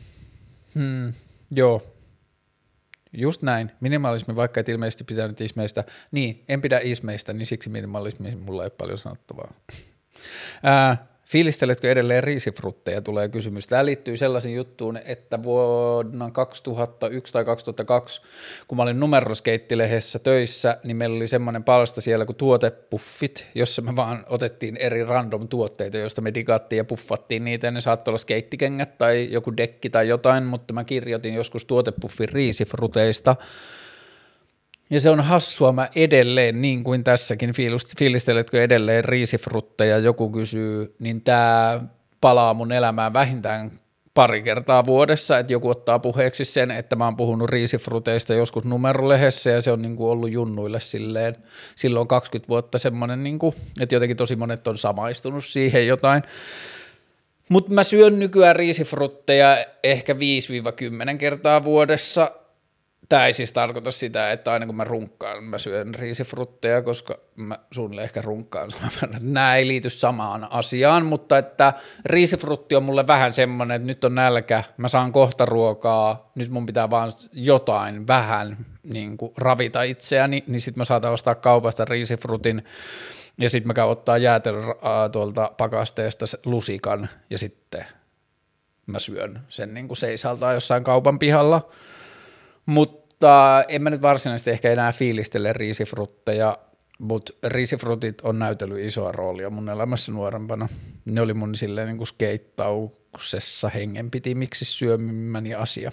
Joo. Just näin. Minimalismi, vaikka et ilmeisesti pitänyt ismeistä. Niin, en pidä ismeistä, niin siksi minimalismi mulla ei ole paljon sanottavaa. Fiilisteletkö edelleen riisifrutteja, tulee kysymys. Tämä liittyy sellaisen juttuun, että vuonna 2001 tai 2002, kun mä olin Numeroskeittilehdessä töissä, niin meillä oli semmoinen palsta siellä kuin tuotepuffit, jossa me vaan otettiin eri random tuotteita, joista me digattiin ja puffattiin niitä, ja ne saattoi olla skeittikengät tai joku dekki tai jotain, mutta mä kirjoitin joskus tuotepuffin riisifruteista. Ja se on hassua, mä edelleen, niin kuin tässäkin, fiilisteletkö edelleen riisifrutteja, joku kysyy, niin tää palaa mun elämään vähintään pari kertaa vuodessa, että joku ottaa puheeksi sen, että mä oon puhunut riisifruteista joskus Numerolehdessä, ja se on niin kuin ollut junnuille silloin 20 vuotta semmoinen, niin kuin, että jotenkin tosi monet on samaistunut siihen jotain. Mutta mä syön nykyään riisifrutteja ehkä 5-10 kertaa vuodessa. Tämä ei siis tarkoita sitä, että aina kun mä runkkaan, mä syön riisifrutteja, koska mä suunnilleen ehkä runkkaan. Nämä ei liity samaan asiaan, mutta että riisifrutti on mulle vähän semmoinen, että nyt on nälkä, mä saan kohta ruokaa, nyt mun pitää vaan jotain vähän niin kuin ravita itseäni, niin sitten mä saatan ostaa kaupasta riisifrutin ja sitten mä käyn ottaa tuolta pakasteesta lusikan ja sitten mä syön sen niin kuin seisaltaan jossain kaupan pihalla. Mutta en mä nyt varsinaisesti ehkä enää fiilistele riisifrutteja, mutta risifrutit on näytellyt isoa roolia mun elämässä nuorempana. Ne oli mun silleen niin kuin skeittauksessa hengenpitimiksi syömimäni asia.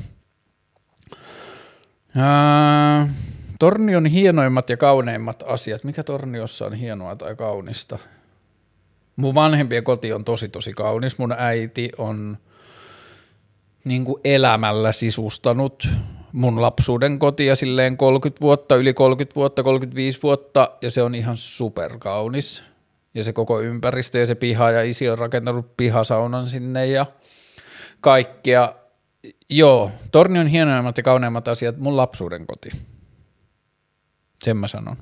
Tornion hienoimmat ja kauneimmat asiat. Mikä Torniossa on hienoa tai kaunista? Mun vanhempien koti on tosi kaunis. Mun äiti on niin kuin elämällä sisustanut mun lapsuuden kotia silleen 30 vuotta, yli 30 vuotta, 35 vuotta, ja se on ihan superkaunis. Ja se koko ympäristö ja se piha, ja isi on rakentanut pihasaunan sinne ja kaikkea. Joo, Tornion hienoimmat ja kauneimmat asiat, mun lapsuuden koti. Sen mä sanon.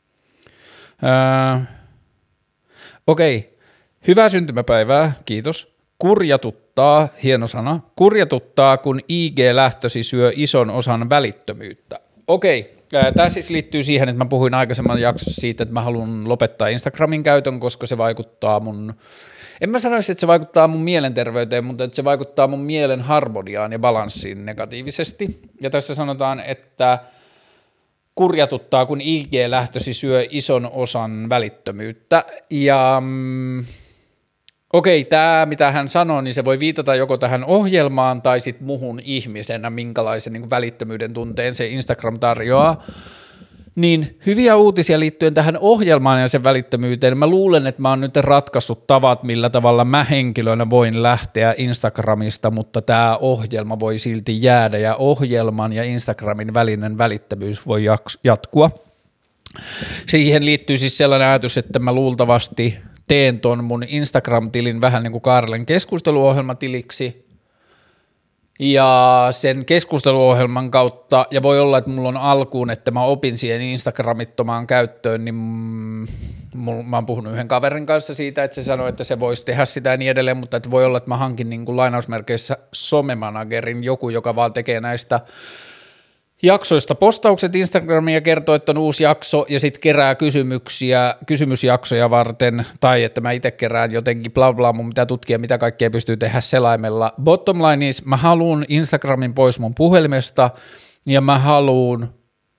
Okei, hyvää syntymäpäivää, kiitos. Kurjatuttaa, hieno sana, kurjatuttaa, kun IG-lähtösi syö ison osan välittömyyttä. Okei, tämä siis liittyy siihen, että mä puhuin aikaisemman jaksossa siitä, että mä haluan lopettaa Instagramin käytön, koska se vaikuttaa en mä sanoisi, että se vaikuttaa mun mielenterveyteen, mutta että se vaikuttaa mun mielen harmoniaan ja balanssiin negatiivisesti. Ja tässä sanotaan, että kurjatuttaa, kun IG-lähtösi syö ison osan välittömyyttä. Ja okei, tämä mitä hän sanoo, niin se voi viitata joko tähän ohjelmaan tai sitten muhun ihmisenä, minkälaisen niin kuin välittömyyden tunteen se Instagram tarjoaa. Niin hyviä uutisia liittyen tähän ohjelmaan ja sen välittömyyteen. Mä luulen, että mä oon nyt ratkaissut tavat, millä tavalla mä henkilönä voin lähteä Instagramista, mutta tämä ohjelma voi silti jäädä ja ohjelman ja Instagramin välinen välittömyys voi jatkua. Siihen liittyy siis sellainen ajatus, että mä luultavasti teen ton mun Instagram-tilin vähän niin kuin Kaarlen keskusteluohjelmatiliksi, ja sen keskusteluohjelman kautta, ja voi olla, että mulla on alkuun, että mä opin siihen Instagramittomaan käyttöön, niin mä oon puhunut yhden kaverin kanssa siitä, että se sanoi, että se voisi tehdä sitä ja niin edelleen, mutta että voi olla, että mä hankin niin kuin lainausmerkeissä somemanagerin, joku, joka vaan tekee näistä jaksoista postaukset Instagramiin ja kertoo, että on uusi jakso ja sitten kerää kysymysjaksoja varten, tai että mä itse kerään jotenkin bla bla, mun pitää tutkia, mitä kaikkea pystyy tehdä selaimella. Bottom line is, mä haluun Instagramin pois mun puhelimesta ja mä haluun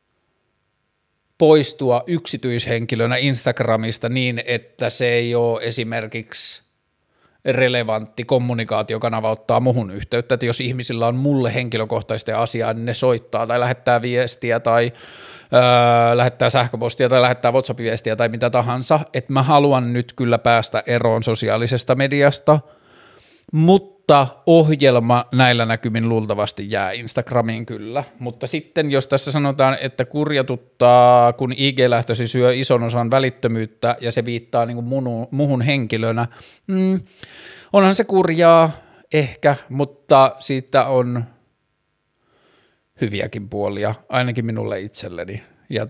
poistua yksityishenkilönä Instagramista niin, että se ei ole esimerkiksi relevantti kommunikaatiokanava ottaa muhun yhteyttä, että jos ihmisillä on mulle henkilökohtaista asiaa, niin ne soittaa tai lähettää viestiä tai lähettää sähköpostia tai lähettää WhatsApp-viestiä tai mitä tahansa, että mä haluan nyt kyllä päästä eroon sosiaalisesta mediasta, mutta ohjelma näillä näkymin luultavasti jää Instagramiin kyllä, mutta sitten jos tässä sanotaan, että kurjatuttaa, kun IG-lähtösi syö ison osan välittömyyttä ja se viittaa niin kuin muhun henkilönä, onhan se kurjaa ehkä, mutta siitä on hyviäkin puolia, ainakin minulle itselleni, ja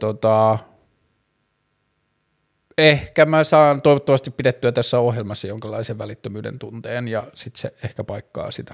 ehkä mä saan toivottavasti pidettyä tässä ohjelmassa jonkinlaisen välittömyyden tunteen ja sitten se ehkä paikkaa sitä.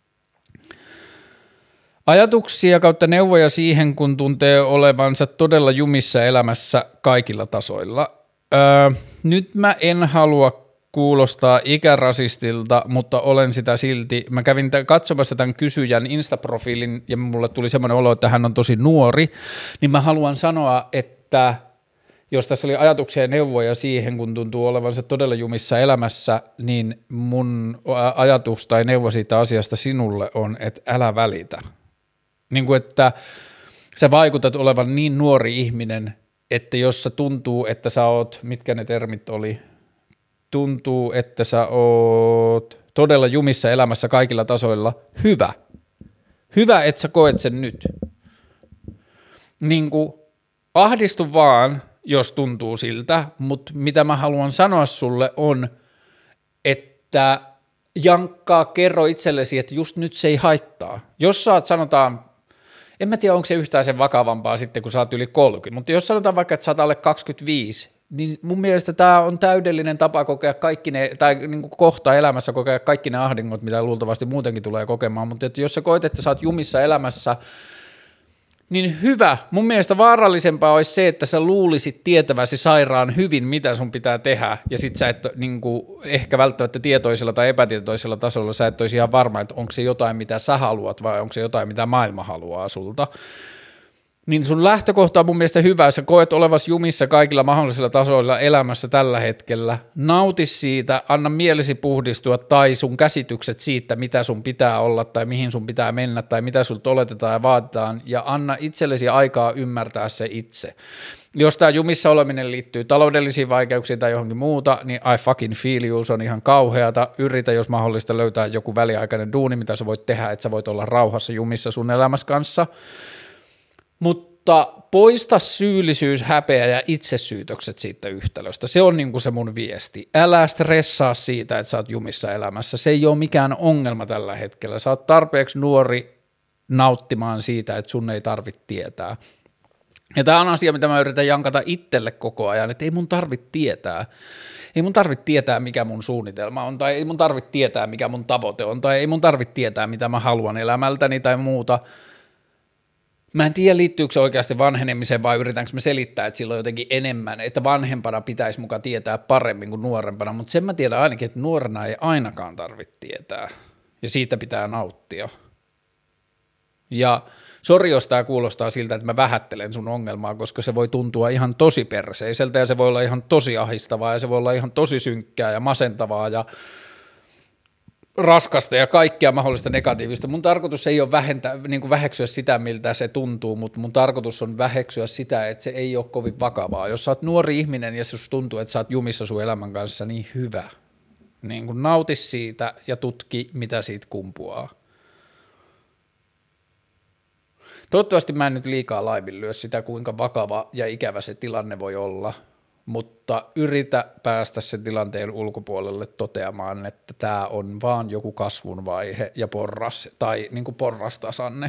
Ajatuksia kautta neuvoja siihen, kun tuntee olevansa todella jumissa elämässä kaikilla tasoilla. Nyt mä en halua kuulostaa ikärasistilta, mutta olen sitä silti. Mä kävin katsomassa tämän kysyjän Insta-profiilin ja mulle tuli semmoinen olo, että hän on tosi nuori, niin mä haluan sanoa, että jos tässä oli ajatuksia ja neuvoja siihen, kun tuntuu olevansa todella jumissa elämässä, niin mun ajatus tai neuvo siitä asiasta sinulle on, että älä välitä. Niin kuin, että sä vaikutat olevan niin nuori ihminen, että jos sä tuntuu, että sä oot, mitkä ne termit oli, tuntuu, että sä oot todella jumissa elämässä kaikilla tasoilla, hyvä. Hyvä, että sä koet sen nyt. Niin kuin ahdistu vaan, jos tuntuu siltä, mutta mitä mä haluan sanoa sulle on, että jankkaa, kerro itsellesi, että just nyt se ei haittaa. Jos sä oot, sanotaan, en mä tiedä onko se yhtään sen vakavampaa sitten, kun sä oot yli 30, mutta jos sanotaan vaikka, että sä oot alle 25, niin mun mielestä tää on täydellinen tapa kokea kaikki ne, tai niin kuin kohta elämässä kokea kaikki ne ahdingot, mitä luultavasti muutenkin tulee kokemaan, mutta että jos sä koet, että sä oot jumissa elämässä, niin hyvä. Mun mielestä vaarallisempaa olisi se, että sä luulisit tietäväsi sairaan hyvin, mitä sun pitää tehdä, ja sit sä et niin kuin, ehkä välttämättä tietoisella tai epätietoisella tasolla sä et olisi ihan varma, että onko se jotain, mitä sä haluat, vai onko se jotain, mitä maailma haluaa sulta. Niin sun lähtökohta on mun mielestä hyvä, sä koet olevas jumissa kaikilla mahdollisilla tasoilla elämässä tällä hetkellä, nauti siitä, anna mielesi puhdistua tai sun käsitykset siitä, mitä sun pitää olla tai mihin sun pitää mennä tai mitä sulta oletetaan ja vaaditaan ja anna itsellesi aikaa ymmärtää se itse. Jos tämä jumissa oleminen liittyy taloudellisiin vaikeuksiin tai johonkin muuta, niin I fucking feel you, se on ihan kauheata. Yritä, jos mahdollista, löytää joku väliaikainen duuni, mitä sä voit tehdä, että sä voit olla rauhassa jumissa sun elämässä kanssa. Mutta poista syyllisyys, häpeä ja itsesyytökset siitä yhtälöstä. Se on niinku se mun viesti. Älä stressaa siitä, että sä oot jumissa elämässä. Se ei ole mikään ongelma tällä hetkellä. Sä oot tarpeeksi nuori nauttimaan siitä, että sun ei tarvitse tietää. Ja tämä on asia, mitä mä yritän jankata itselle koko ajan, että ei mun tarvitse tietää. Ei mun tarvitse tietää, mikä mun suunnitelma on, tai ei mun tarvitse tietää, mikä mun tavoite on, tai ei mun tarvitse tietää, mitä mä haluan elämältäni tai muuta. Mä en tiedä, liittyykö se oikeasti vanhenemiseen vai yritänkö mä selittää, että silloin jotenkin enemmän, että vanhempana pitäisi muka tietää paremmin kuin nuorempana, mutta sen mä tiedän ainakin, että nuorena ei ainakaan tarvitse tietää, ja siitä pitää nauttia. Ja sori, jos tämä kuulostaa siltä, että mä vähättelen sun ongelmaa, koska se voi tuntua ihan tosi perseiseltä ja se voi olla ihan tosi ahistavaa ja se voi olla ihan tosi synkkää ja masentavaa ja raskasta ja kaikkea mahdollista negatiivista. Mun tarkoitus ei ole väheksyä sitä, miltä se tuntuu, mutta mun tarkoitus on väheksyä sitä, että se ei ole kovin vakavaa. Jos sä oot nuori ihminen ja jos tuntuu, että sä oot jumissa sun elämän kanssa, niin hyvä. Niin kun nauti siitä ja tutki, mitä siitä kumpuaa. Toivottavasti mä en nyt liikaa laiminlyö sitä, kuinka vakava ja ikävä se tilanne voi olla, mutta yritä päästä sen tilanteen ulkopuolelle toteamaan, että tämä on vaan joku kasvun vaihe ja porras, tai niin kuin porrastasanne.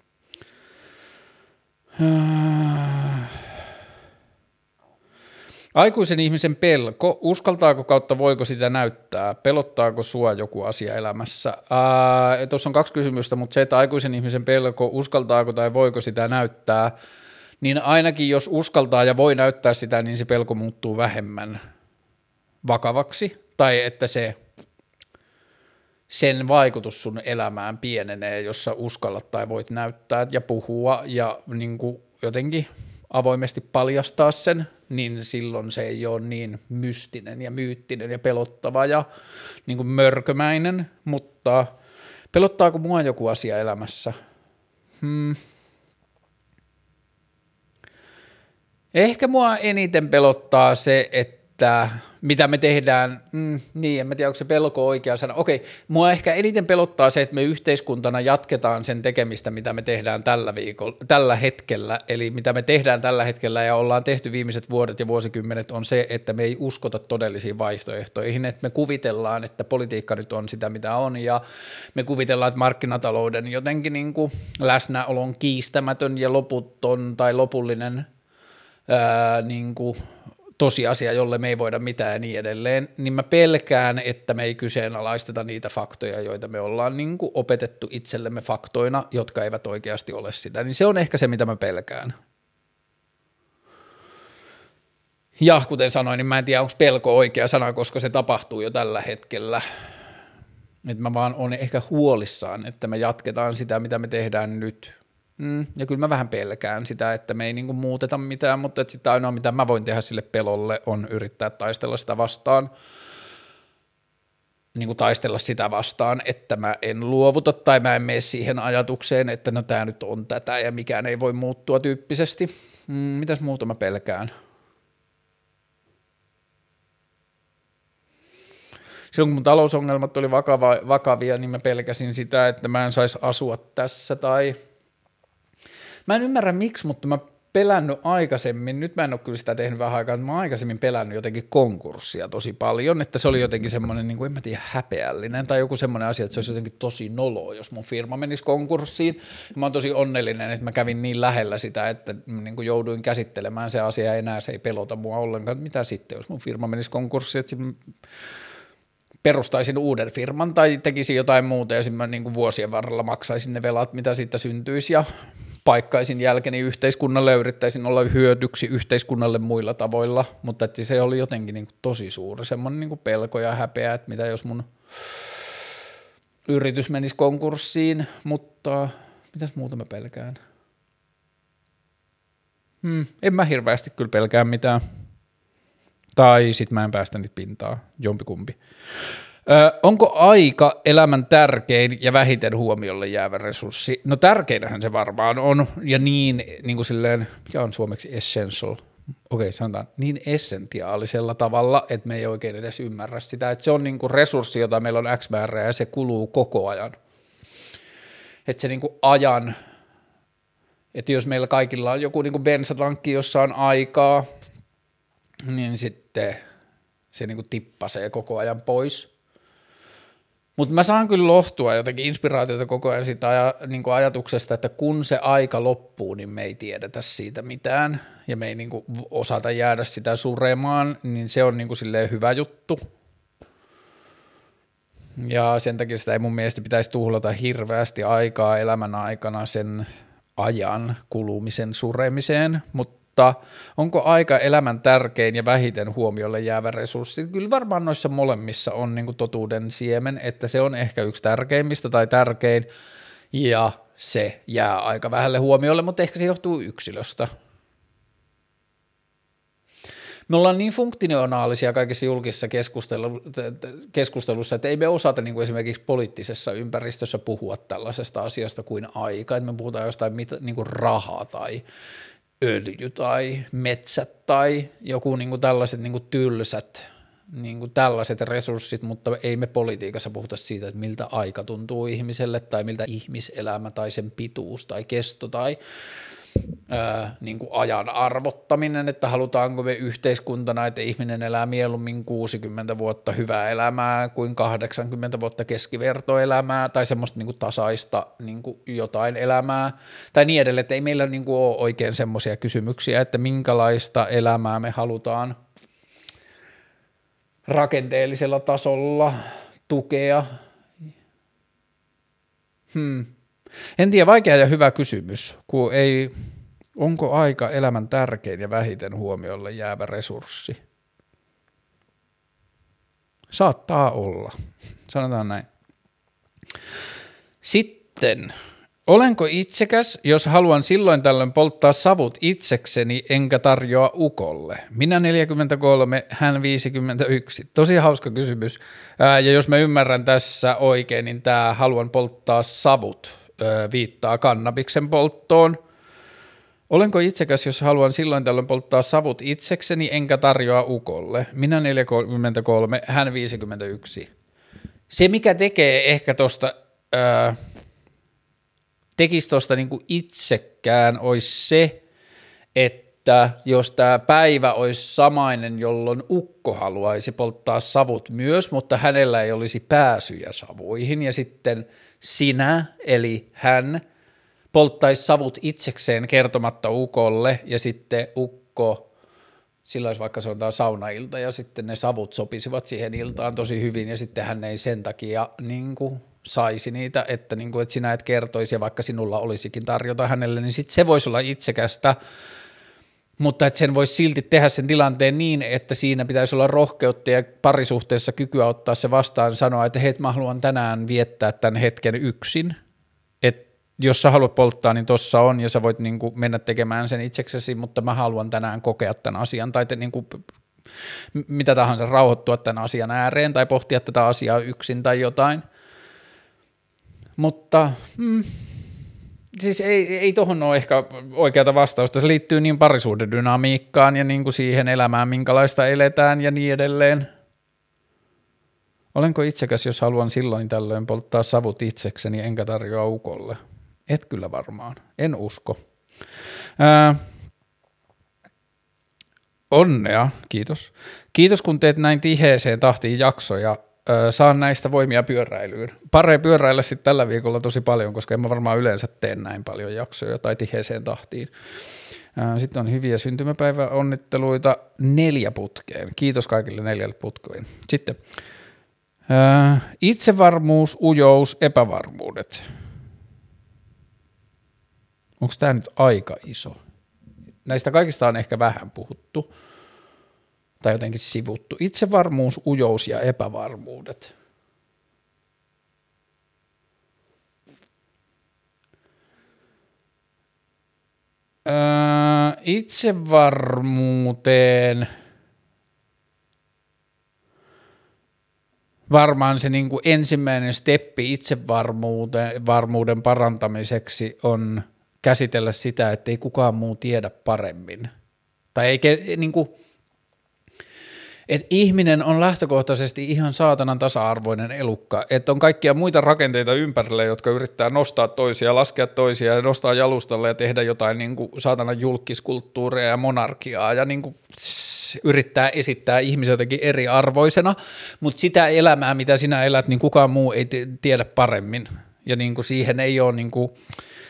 Aikuisen ihmisen pelko, uskaltaako kautta voiko sitä näyttää, pelottaako sua joku asia elämässä? Tuossa on 2 kysymystä, mutta se, että aikuisen ihmisen pelko, uskaltaako tai voiko sitä näyttää, niin ainakin jos uskaltaa ja voi näyttää sitä, niin se pelko muuttuu vähemmän vakavaksi, tai että sen vaikutus sun elämään pienenee, jos sä uskallat tai voit näyttää ja puhua ja niin kuin jotenkin avoimesti paljastaa sen, niin silloin se ei ole niin mystinen ja myyttinen ja pelottava ja niin kuin mörkömäinen, mutta pelottaako mua joku asia elämässä? Ehkä mua eniten pelottaa se, että mitä me tehdään, niin en mä tiedä, onko se pelko oikea sana. Okei, mua ehkä eniten pelottaa se, että me yhteiskuntana jatketaan sen tekemistä, mitä me tehdään tällä hetkellä, eli mitä me tehdään tällä hetkellä ja ollaan tehty viimeiset vuodet ja vuosikymmenet on se, että me ei uskota todellisiin vaihtoehtoihin, että me kuvitellaan, että politiikka nyt on sitä, mitä on, ja me kuvitellaan, että markkinatalouden jotenkin niin kuin läsnäolo on kiistämätön ja loputon tai lopullinen niin kuin tosiasia, jolle me ei voida mitään ja niin edelleen, niin mä pelkään, että me ei kyseenalaisteta niitä faktoja, joita me ollaan niin kuin opetettu itsellemme faktoina, jotka eivät oikeasti ole sitä, niin se on ehkä se, mitä mä pelkään. Ja kuten sanoin, niin mä en tiedä, onko pelko oikea sana, koska se tapahtuu jo tällä hetkellä. Että mä vaan on ehkä huolissaan, että me jatketaan sitä, mitä me tehdään nyt. Ja kyllä mä vähän pelkään sitä, että me ei niinku muuteta mitään, mutta sitten ainoa, mitä mä voin tehdä sille pelolle, on yrittää taistella sitä vastaan, niinku taistella sitä vastaan, että mä en luovuta tai mä en mene siihen ajatukseen, että no tää nyt on tätä ja mikään ei voi muuttua tyyppisesti. Mitäs muuta mä pelkään? Silloin kun mun talousongelmat oli vakavia, niin mä pelkäsin sitä, että mä en saisi asua tässä tai mä en ymmärrä miksi, mutta mä pelännyt aikaisemmin, nyt mä en ole kyllä sitä tehnyt vähän aikaa, mä oon aikaisemmin pelännyt jotenkin konkurssia tosi paljon, että se oli jotenkin semmoinen, niin kuin en mä tiedä, häpeällinen tai joku semmoinen asia, että se olisi jotenkin tosi noloa, jos mun firma menisi konkurssiin. Mä oon tosi onnellinen, että mä kävin niin lähellä sitä, että niin kuin jouduin käsittelemään se asia ja enää se ei pelota mua ollenkaan, että mitä sitten, jos mun firma menisi konkurssiin, että perustaisin uuden firman tai tekisin jotain muuta ja sitten mä niin kuin vuosien varrella maksaisin ne velat, mitä siitä syntyisi ja paikkaisin jälkeni yhteiskunnalle ja yrittäisin olla hyödyksi yhteiskunnalle muilla tavoilla, mutta että se oli jotenkin niin kuin tosi suuri semmoinen niin kuin pelko ja häpeä, että mitä jos mun yritys menisi konkurssiin, mutta mitäs muuta mä pelkään? En mä hirveästi kyllä pelkää mitään. Tai sit mä en päästä niitä pintaa, jompikumpi. Onko aika elämän tärkein ja vähiten huomiolle jäävä resurssi? No tärkeinähän se varmaan on, ja niin kuin silleen, mikä on suomeksi essential? Okei, sanotaan niin essentiaalisella tavalla, että me ei oikein edes ymmärrä sitä, että se on niin kuin resurssi, jota meillä on X määrä ja se kuluu koko ajan. Että se niin kuin ajan, että jos meillä kaikilla on joku niin kuin bensatankki, jossa on aikaa, niin sitten se niin kuin tippasee koko ajan pois. Mutta mä saan kyllä lohtua jotenkin inspiraatiota koko ajan siitä niin kuin ajatuksesta, että kun se aika loppuu, niin me ei tiedetä siitä mitään ja me ei niin kuin osata jäädä sitä suremaan, niin se on niin kuin silleen hyvä juttu. Ja sen takia sitä ei mun mielestä pitäisi tuhlata hirveästi aikaa elämän aikana sen ajan kulumisen suremiseen, mutta onko aika elämän tärkein ja vähiten huomiolle jäävä resurssi? Kyllä varmaan noissa molemmissa on niin kuin totuuden siemen, että se on ehkä yksi tärkeimmistä tai tärkein ja se jää aika vähälle huomiolle, mutta ehkä se johtuu yksilöstä. Me ollaan niin funktionaalisia kaikissa julkisissa keskustelussa, että ei me osata niin kuin esimerkiksi poliittisessa ympäristössä puhua tällaisesta asiasta kuin aika, että me puhutaan jostain niin kuin rahaa tai öljy tai metsät tai joku niin kuin tällaiset niin kuin tylsät niin kuin tällaiset resurssit, mutta ei me politiikassa puhuta siitä, että miltä aika tuntuu ihmiselle tai miltä ihmiselämä tai sen pituus tai kesto tai niin kuin ajan arvottaminen, että halutaanko me yhteiskuntana, että ihminen elää mieluummin 60 vuotta hyvää elämää kuin 80 vuotta keskivertoelämää tai semmoista niin kuin tasaista niin kuin jotain elämää tai niin edelleen, että ei meillä niin kuin ole oikein semmoisia kysymyksiä, että minkälaista elämää me halutaan rakenteellisella tasolla tukea. En tiedä, vaikea ja hyvä kysymys, kun ei, onko aika elämän tärkein ja vähiten huomiolle jäävä resurssi? Saattaa olla, sanotaan näin. Sitten, olenko itsekäs, jos haluan silloin tällöin polttaa savut itsekseni enkä tarjoa ukolle? Minä 43, hän 51. Tosi hauska kysymys. Ja jos mä ymmärrän tässä oikein, niin tämä haluan polttaa savut viittaa kannabiksen polttoon. Olenko itsekäs, jos haluan silloin tällöin polttaa savut itsekseni enkä tarjoa ukolle? Minä 43, hän 51. Se, mikä tekee ehkä tuosta, tekisi tuosta niinku itsekään, olisi se, että jos tämä päivä olisi samainen, jolloin ukko haluaisi polttaa savut myös, mutta hänellä ei olisi pääsyjä savuihin, ja sitten sinä, eli hän, polttaisi savut itsekseen kertomatta ukolle, ja sitten ukko, sillä olisi vaikka sanotaan saunailta, ja sitten ne savut sopisivat siihen iltaan tosi hyvin, ja sitten hän ei sen takia niin kuin saisi niitä, että, niin kuin, että sinä et kertoisi, ja vaikka sinulla olisikin tarjota hänelle, niin sitten se voisi olla itsekästä, mutta että sen voisi silti tehdä sen tilanteen niin, että siinä pitäisi olla rohkeutta ja parisuhteessa kykyä ottaa se vastaan, sanoa, että hei, mä haluan tänään viettää tämän hetken yksin, että jos sä haluat polttaa, niin tossa on, ja sä voit niin kuin mennä tekemään sen itseksesi, mutta mä haluan tänään kokea tämän asian, tai niin kuin, mitä tahansa, rauhoittua tämän asian ääreen, tai pohtia tätä asiaa yksin tai jotain, mutta siis ei tohon ole ehkä oikeata vastausta, se liittyy niin parisuuden dynamiikkaan ja niin kuin siihen elämään, minkälaista eletään ja niin edelleen. Olenko itsekäs, jos haluan silloin tällöin polttaa savut itsekseni enkä tarjoa ukolle? Et kyllä varmaan, en usko. Onnea, kiitos. Kiitos kun teet näin tiheeseen tahtiin jaksoja. Saan näistä voimia pyöräilyyn. Paree pyöräillä sitten tällä viikolla tosi paljon, koska en mä varmaan yleensä tee näin paljon jaksoja tai tiheeseen tahtiin. Sitten on hyviä syntymäpäiväonnitteluita 4 putkeen. Kiitos kaikille 4 putkeen. Sitten itsevarmuus, ujous, epävarmuudet. Onko tämä nyt aika iso? Näistä kaikista on ehkä vähän puhuttu tai jotenkin sivuttu. Itsevarmuus, ujous ja epävarmuudet. itsevarmuuteen varmaan se niin kuin ensimmäinen steppi itsevarmuuden parantamiseksi on käsitellä sitä, että ei kukaan muu tiedä paremmin. Tai ei niin kuin, että ihminen on lähtökohtaisesti ihan saatanan tasa-arvoinen elukka, että on kaikkia muita rakenteita ympärillä, jotka yrittää nostaa toisia, laskea toisia ja nostaa jalustalle ja tehdä jotain niin kuin saatanan julkiskulttuuria ja monarkiaa ja niin kuin yrittää esittää ihmisiä jotenkin eriarvoisena, mutta sitä elämää, mitä sinä elät, niin kukaan muu ei tiedä paremmin ja niin kuin siihen ei ole niin kuin,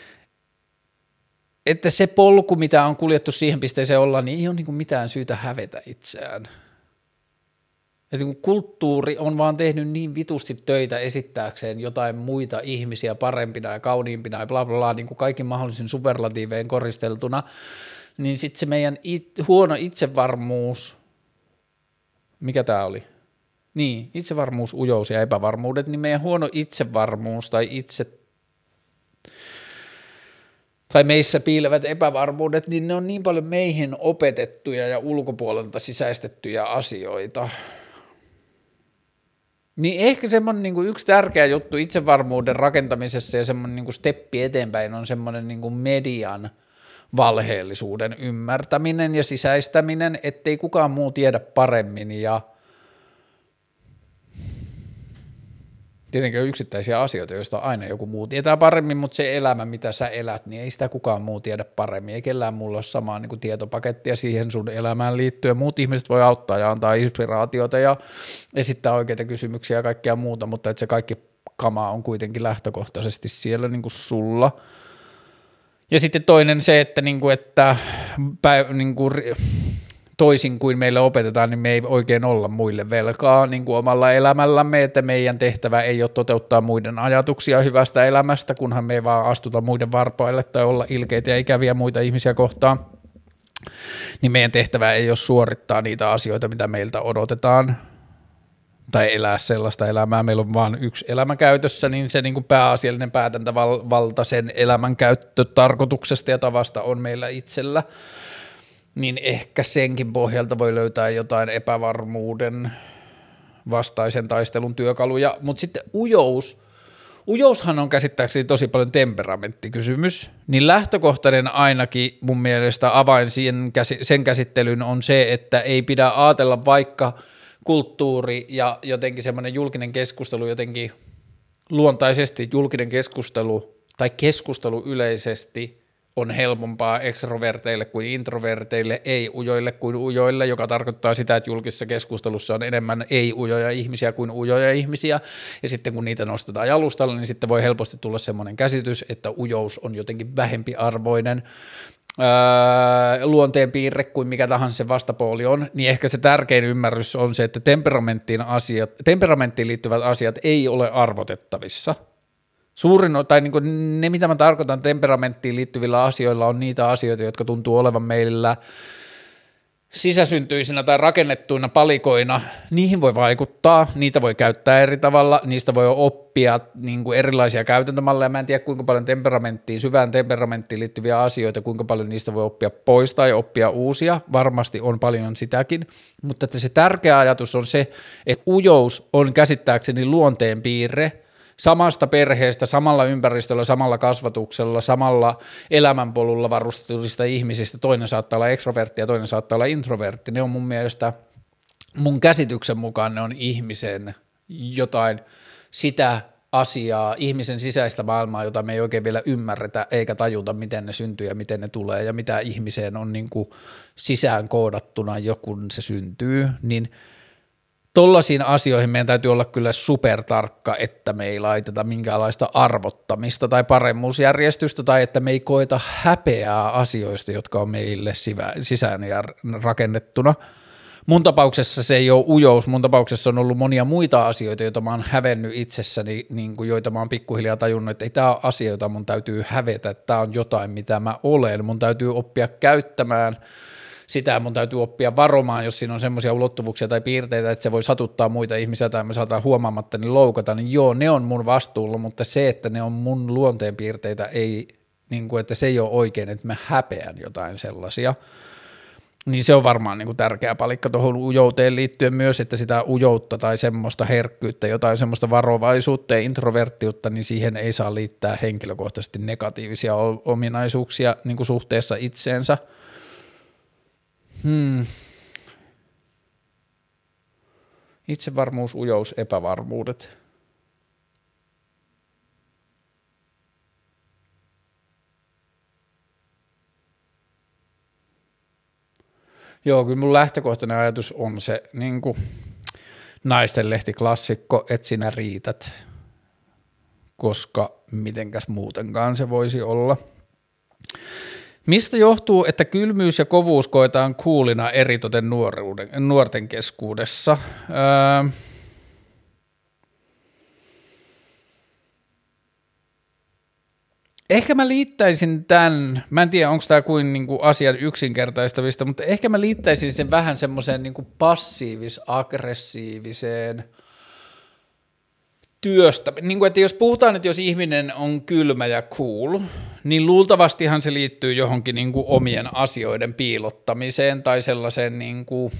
että se polku, mitä on kuljettu siihen pisteeseen olla, niin ei ole niin kuin mitään syytä hävetä itseään. Että kun kulttuuri on vaan tehnyt niin vitusti töitä esittääkseen jotain muita ihmisiä parempina ja kauniimpina ja bla bla bla, niin kuin kaikin mahdollisin superlatiiveen koristeltuna, niin sitten se meidän huono itsevarmuus, mikä tämä oli? Niin, itsevarmuus, ujous ja epävarmuudet, niin meidän huono itsevarmuus tai meissä piilevät epävarmuudet, niin ne on niin paljon meihin opetettuja ja ulkopuolelta sisäistettyjä asioita. Niin ehkä semmoinen niin kuin yksi tärkeä juttu itsevarmuuden rakentamisessa ja semmoinen niin kuin steppi eteenpäin on semmoinen niin kuin median valheellisuuden ymmärtäminen ja sisäistäminen, ettei kukaan muu tiedä paremmin ja tietenkin on yksittäisiä asioita, joista aina joku muu tietää paremmin, mutta se elämä, mitä sä elät, niin ei sitä kukaan muu tiedä paremmin, ei kellään mulla ole samaa niin kuin tietopakettia siihen sun elämään liittyen. Muut ihmiset voi auttaa ja antaa inspiraatiota ja esittää oikeita kysymyksiä ja kaikkea muuta, mutta että se kaikki kama on kuitenkin lähtökohtaisesti siellä niin kuin sulla. Ja sitten toinen se, että, niin kuin, että toisin kuin meille opetetaan, niin me ei oikein olla muille velkaa niin kuin omalla elämällämme, että meidän tehtävä ei ole toteuttaa muiden ajatuksia hyvästä elämästä, kunhan me ei vaan astuta muiden varpaille tai olla ilkeitä ja ikäviä muita ihmisiä kohtaan, niin meidän tehtävä ei ole suorittaa niitä asioita, mitä meiltä odotetaan, tai elää sellaista elämää, meillä on vain yksi elämä käytössä, niin se niin kuin pääasiallinen päätäntävalta sen elämän käyttötarkoituksesta ja tavasta on meillä itsellä. Niin ehkä senkin pohjalta voi löytää jotain epävarmuuden vastaisen taistelun työkaluja, mutta sitten ujoushan on käsittääkseni tosi paljon temperamenttikysymys, niin lähtökohtainen ainakin mun mielestä avain sen käsittelyyn on se, että ei pidä ajatella vaikka kulttuuri ja jotenkin semmoinen julkinen keskustelu jotenkin luontaisesti julkinen keskustelu tai keskustelu yleisesti on helpompaa ekstroverteille kuin introverteille, ei-ujoille kuin ujoille, joka tarkoittaa sitä, että julkisessa keskustelussa on enemmän ei-ujoja ihmisiä kuin ujoja ihmisiä, ja sitten kun niitä nostetaan jalustalle, niin sitten voi helposti tulla semmoinen käsitys, että ujous on jotenkin vähempiarvoinen luonteenpiirre kuin mikä tahansa se vastapuoli on, niin ehkä se tärkein ymmärrys on se, että temperamenttiin liittyvät asiat ei ole arvotettavissa. Tai niin kuin ne, mitä mä tarkoitan temperamenttiin liittyvillä asioilla, on niitä asioita, jotka tuntuu olevan meillä sisäsyntyisinä tai rakennettuina palikoina. Niihin voi vaikuttaa, niitä voi käyttää eri tavalla, niistä voi oppia niin kuin erilaisia käytäntömalleja. Mä en tiedä, kuinka paljon syvään temperamenttiin liittyviä asioita, kuinka paljon niistä voi oppia pois tai oppia uusia. Varmasti on paljon sitäkin, mutta että se tärkeä ajatus on se, että ujous on käsittääkseni luonteenpiirre, samasta perheestä, samalla ympäristöllä, samalla kasvatuksella, samalla elämänpolulla varustetuista ihmisistä, toinen saattaa olla ekstrovertti ja toinen saattaa olla introvertti, ne on mun mielestä, mun käsityksen mukaan ne on ihmisen jotain sitä asiaa, ihmisen sisäistä maailmaa, jota me ei oikein vielä ymmärretä eikä tajuta, miten ne syntyy ja miten ne tulee ja mitä ihmiseen on niin kuin sisään koodattuna jo kun se syntyy, niin tollaisiin asioihin meidän täytyy olla kyllä supertarkka, että me ei laiteta minkäänlaista arvottamista tai paremmuusjärjestystä tai että me ei koeta häpeää asioista, jotka on meille sisään ja rakennettuna. Mun tapauksessa se ei ole ujous, mun tapauksessa on ollut monia muita asioita, joita mä oon hävennyt itsessäni, niin kuin joita mä oon pikkuhiljaa tajunnut, että ei tämä ole asia, jota mun täytyy hävetä, että tämä on jotain, mitä mä olen, mun täytyy oppia käyttämään sitä, mun täytyy oppia varomaan, jos siinä on semmoisia ulottuvuuksia tai piirteitä, että se voi satuttaa muita ihmisiä tai me saadaan huomaamatta niin loukata, niin joo, ne on mun vastuulla, mutta se, että ne on mun luonteenpiirteitä, ei niin kuin, että se ei ole oikein, että mä häpeän jotain sellaisia, niin se on varmaan niin kuin tärkeä palikka tuohon ujouteen liittyen myös, että sitä ujoutta tai semmoista herkkyyttä, jotain semmoista varovaisuutta ja introverttiutta, niin siihen ei saa liittää henkilökohtaisesti negatiivisia ominaisuuksia niin kuin suhteessa itseensä. Itsevarmuus, ujous, epävarmuudet. Joo, kyllä mun lähtökohtainen ajatus on se niin kuin naisten lehtiklassikko, että sinä riität, koska mitenkäs muutenkaan se voisi olla. Mistä johtuu, että kylmyys ja kovuus koetaan coolina eritoten nuorten keskuudessa? Ehkä mä liittäisin tämän, mä en tiedä onko tämä kuin niinku asian yksinkertaistavista, mutta ehkä mä liittäisin sen vähän semmoiseen niinku passiivis-aggressiiviseen työstä. Niinku, että jos puhutaan, että jos ihminen on kylmä ja cool, niin luultavastihan se liittyy johonkin niinku omien asioiden piilottamiseen tai sellaiseen, niinku,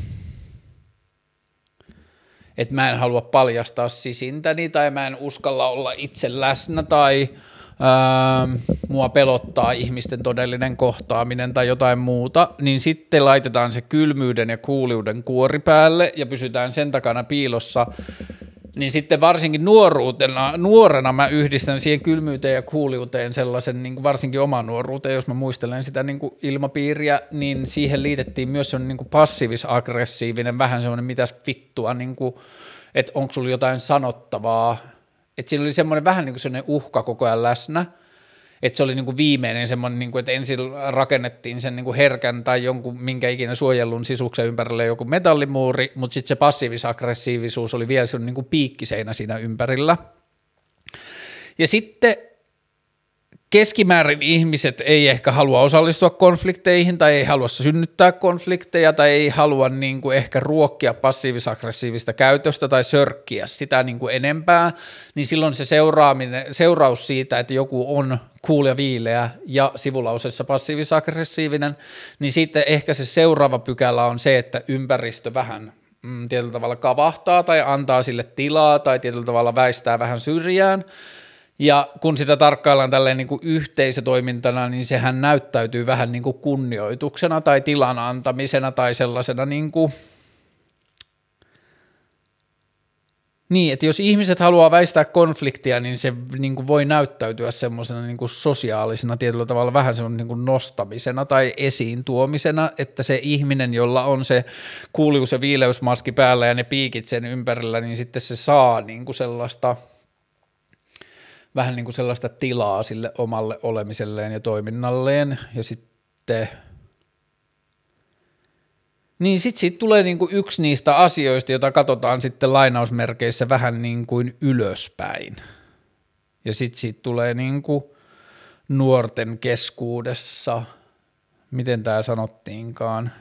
että mä en halua paljastaa sisintäni tai mä en uskalla olla itse läsnä tai mua pelottaa ihmisten todellinen kohtaaminen tai jotain muuta, niin sitten laitetaan se kylmyyden ja kuuliuden kuori päälle ja pysytään sen takana piilossa, niin sitten varsinkin nuorena mä yhdistän siihen kylmyyteen ja kuuliuteen sellaisen, niin kuin varsinkin oman nuoruuteen, jos mä muistelen sitä niin kuin ilmapiiriä, niin siihen liitettiin myös sellainen niin kuin passiivis-aggressiivinen, vähän sellainen mitäs vittua, niin kuin, että onko sulla jotain sanottavaa, että siinä oli semmoinen vähän niin kuin semmoinen uhka koko ajan läsnä, että se oli niin kuin viimeinen semmoinen, niin kuin, että ensin rakennettiin sen niin kuin herkän tai jonkun minkä ikinä suojellun sisuksen ympärille joku metallimuuri, mutta sitten se passiivis-aggressiivisuus oli vielä semmoinen niin kuin piikkiseinä siinä ympärillä. Ja sitten keskimäärin ihmiset ei ehkä halua osallistua konflikteihin tai ei halua synnyttää konflikteja tai ei halua niin kuin ehkä ruokkia passiivis-aggressiivista käytöstä tai sörkkiä sitä niin kuin enempää, niin silloin se seuraus siitä, että joku on cool ja viileä ja sivulausessa passiivis-aggressiivinen, niin sitten ehkä se seuraava pykälä on se, että ympäristö vähän tietyllä tavalla kavahtaa tai antaa sille tilaa tai tietyllä tavalla väistää vähän syrjään. Ja kun sitä tarkkaillaan tälleen niin kuin yhteisötoimintana, niin sehän näyttäytyy vähän niin kuin kunnioituksena tai tilan antamisena tai sellaisena niin, että jos ihmiset haluaa väistää konfliktia, niin se niin kuin voi näyttäytyä semmoisena niin kuin sosiaalisena tietyllä tavalla vähän semmoinen niin kuin nostamisena tai esiin tuomisena, että se ihminen, jolla on se kuulius- ja viileysmaski päällä ja ne piikit sen ympärillä, niin sitten se saa niin kuin sellaista vähän niin kuin sellaista tilaa sille omalle olemiselleen ja toiminnalleen, ja sitten niin sitten siitä tulee niin kuin yksi niistä asioista, jota katsotaan sitten lainausmerkeissä vähän niin kuin ylöspäin, ja sitten siitä tulee niin kuin nuorten keskuudessa, miten tämä sanottiinkaan,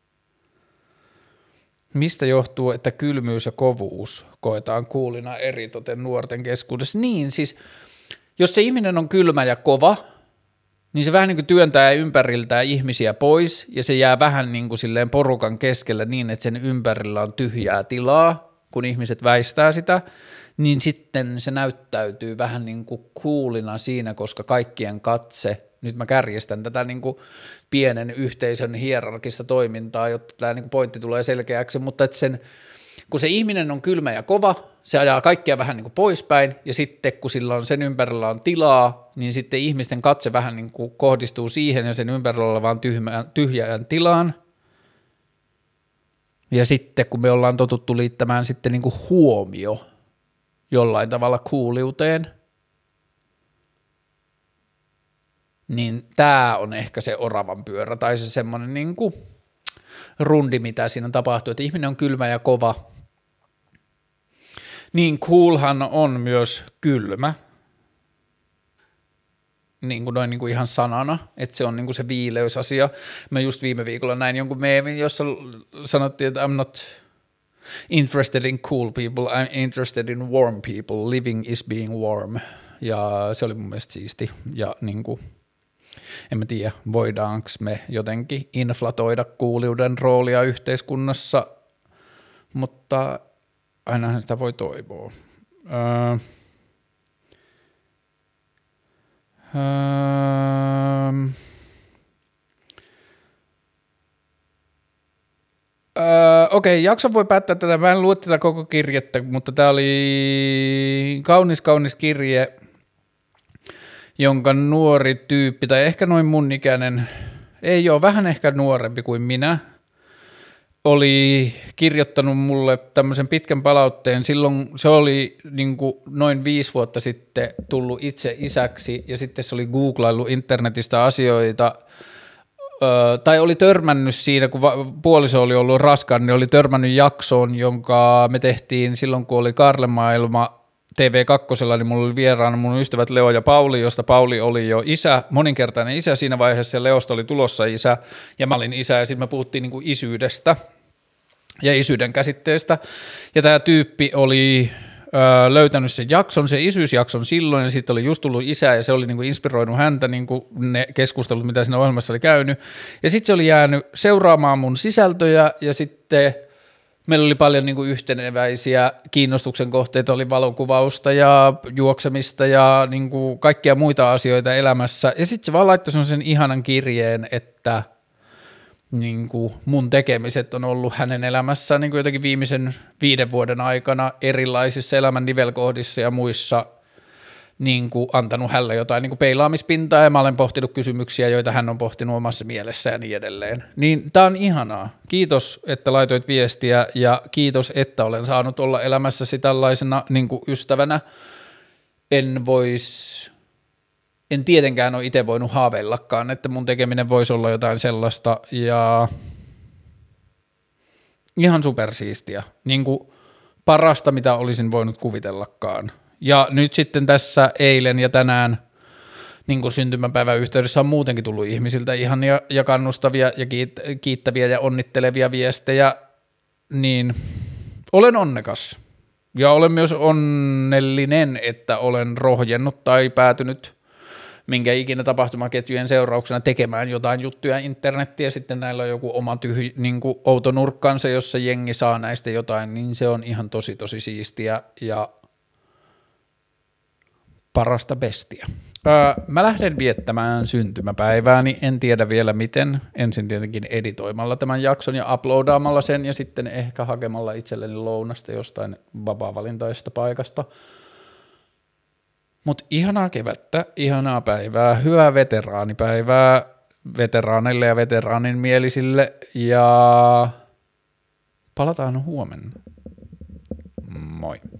mistä johtuu, että kylmyys ja kovuus koetaan coolina eritoten nuorten keskuudessa? Niin siis, jos se ihminen on kylmä ja kova, niin se vähän niin kuin työntää ympäriltään ihmisiä pois, ja se jää vähän niin kuin silleen porukan keskellä niin, että sen ympärillä on tyhjää tilaa, kun ihmiset väistää sitä, niin sitten se näyttäytyy vähän niin kuin coolina siinä, koska kaikkien katse, nyt mä kärjestän tätä niin kuin pienen yhteisön hierarkista toimintaa, jotta tämä niin kuin pointti tulee selkeäksi, mutta että kun se ihminen on kylmä ja kova, se ajaa kaikkia vähän niin kuin poispäin, ja sitten kun sillä on sen ympärillä on tilaa, niin sitten ihmisten katse vähän niin kuin kohdistuu siihen ja sen ympärillä olevaan tyhjään tilaan, ja sitten kun me ollaan totuttu liittämään sitten niin kuin huomio jollain tavalla kuuliuteen, niin tämä on ehkä se oravan pyörä tai se semmoinen niin kuin rundi, mitä siinä tapahtuu, että ihminen on kylmä ja kova, niin coolhan on myös kylmä, niin kuin noin niin kuin ihan sanana, että se on niin kuin se viileysasia. Mä just viime viikolla näin jonkun meemin, jossa sanottiin, että I'm not interested in cool people, I'm interested in warm people, living is being warm, ja se oli mun mielestä siisti, ja niin kuin En mä tiedä, voidaanko me jotenkin inflatoida kuuliuden roolia yhteiskunnassa, mutta ainahan sitä voi toivoa. Okei, jakson voi päättää tätä. Mä en lue tätä koko kirjettä, mutta tää oli kaunis kirje, jonka nuori tyyppi, tai ehkä noin mun ikäinen, ei ole, vähän ehkä nuorempi kuin minä, oli kirjoittanut mulle tämmöisen pitkän palautteen. Silloin se oli niin kuin noin 5 vuotta sitten tullut itse isäksi, ja sitten se oli googlaillut internetistä asioita, tai oli törmännyt siinä, kun puoliso oli ollut raskaan, niin oli törmännyt jaksoon, jonka me tehtiin silloin, kun oli Karlemaailma TV2, niin mulla oli vieraana mun ystävät Leo ja Pauli, josta Pauli oli jo isä, moninkertainen isä siinä vaiheessa, ja Leosta oli tulossa isä, ja mä olin isä, ja sitten me puhuttiin niin kuin isyydestä ja isyyden käsitteestä, ja tämä tyyppi oli löytänyt sen jakson, sen isyysjakson silloin, ja sitten oli just tullut isä, ja se oli niinku inspiroinut häntä, niinku ne keskustelut, mitä siinä ohjelmassa oli käynyt, ja sitten se oli jäänyt seuraamaan mun sisältöjä, ja sitten meillä oli paljon niinku yhteneväisiä kiinnostuksen kohteita, oli valokuvausta ja juoksemista ja niinku kaikkia muita asioita elämässä, ja sitten se vaan laittoi sen ihanan kirjeen, että niinku mun tekemiset on ollut hänen elämässään niinku jotenkin viimeisen 5 vuoden aikana erilaisissa elämän nivelkohdissa ja muissa niinku antanut hänelle jotain niinku peilaamispintaa, ja mä olen pohtinut kysymyksiä, joita hän on pohtinut omassa mielessä ja niin edelleen. Niin tää on ihanaa. Kiitos, että laitoit viestiä, ja kiitos, että olen saanut olla elämässäsi tällaisena niinku ystävänä. En tietenkään ole itse voinut haaveillakaan, että mun tekeminen voisi olla jotain sellaista, ja ihan supersiistiä, niin kuin parasta, mitä olisin voinut kuvitellakaan. Ja nyt sitten tässä eilen ja tänään niin kuin syntymäpäivän yhteydessä on muutenkin tullut ihmisiltä ihania ja kannustavia ja kiittäviä ja onnittelevia viestejä, niin olen onnekas. Ja olen myös onnellinen, että olen rohjennut tai päätynyt minkä ikinä tapahtumaketjujen seurauksena tekemään jotain juttuja internettiä, ja sitten näillä on joku oma niin kuin outo nurkkansa, jossa jengi saa näistä jotain, niin se on ihan tosi siistiä ja parasta bestiä. Mä lähden viettämään syntymäpäivääni, en tiedä vielä miten, ensin tietenkin editoimalla tämän jakson ja uploadaamalla sen, ja sitten ehkä hakemalla itselleni lounasta jostain vapaa-valintaisesta paikasta. Mutta ihanaa kevättä, ihanaa päivää, hyvää veteraanipäivää veteraaneille ja veteraanin mielisille, ja palataan huomenna. Moi.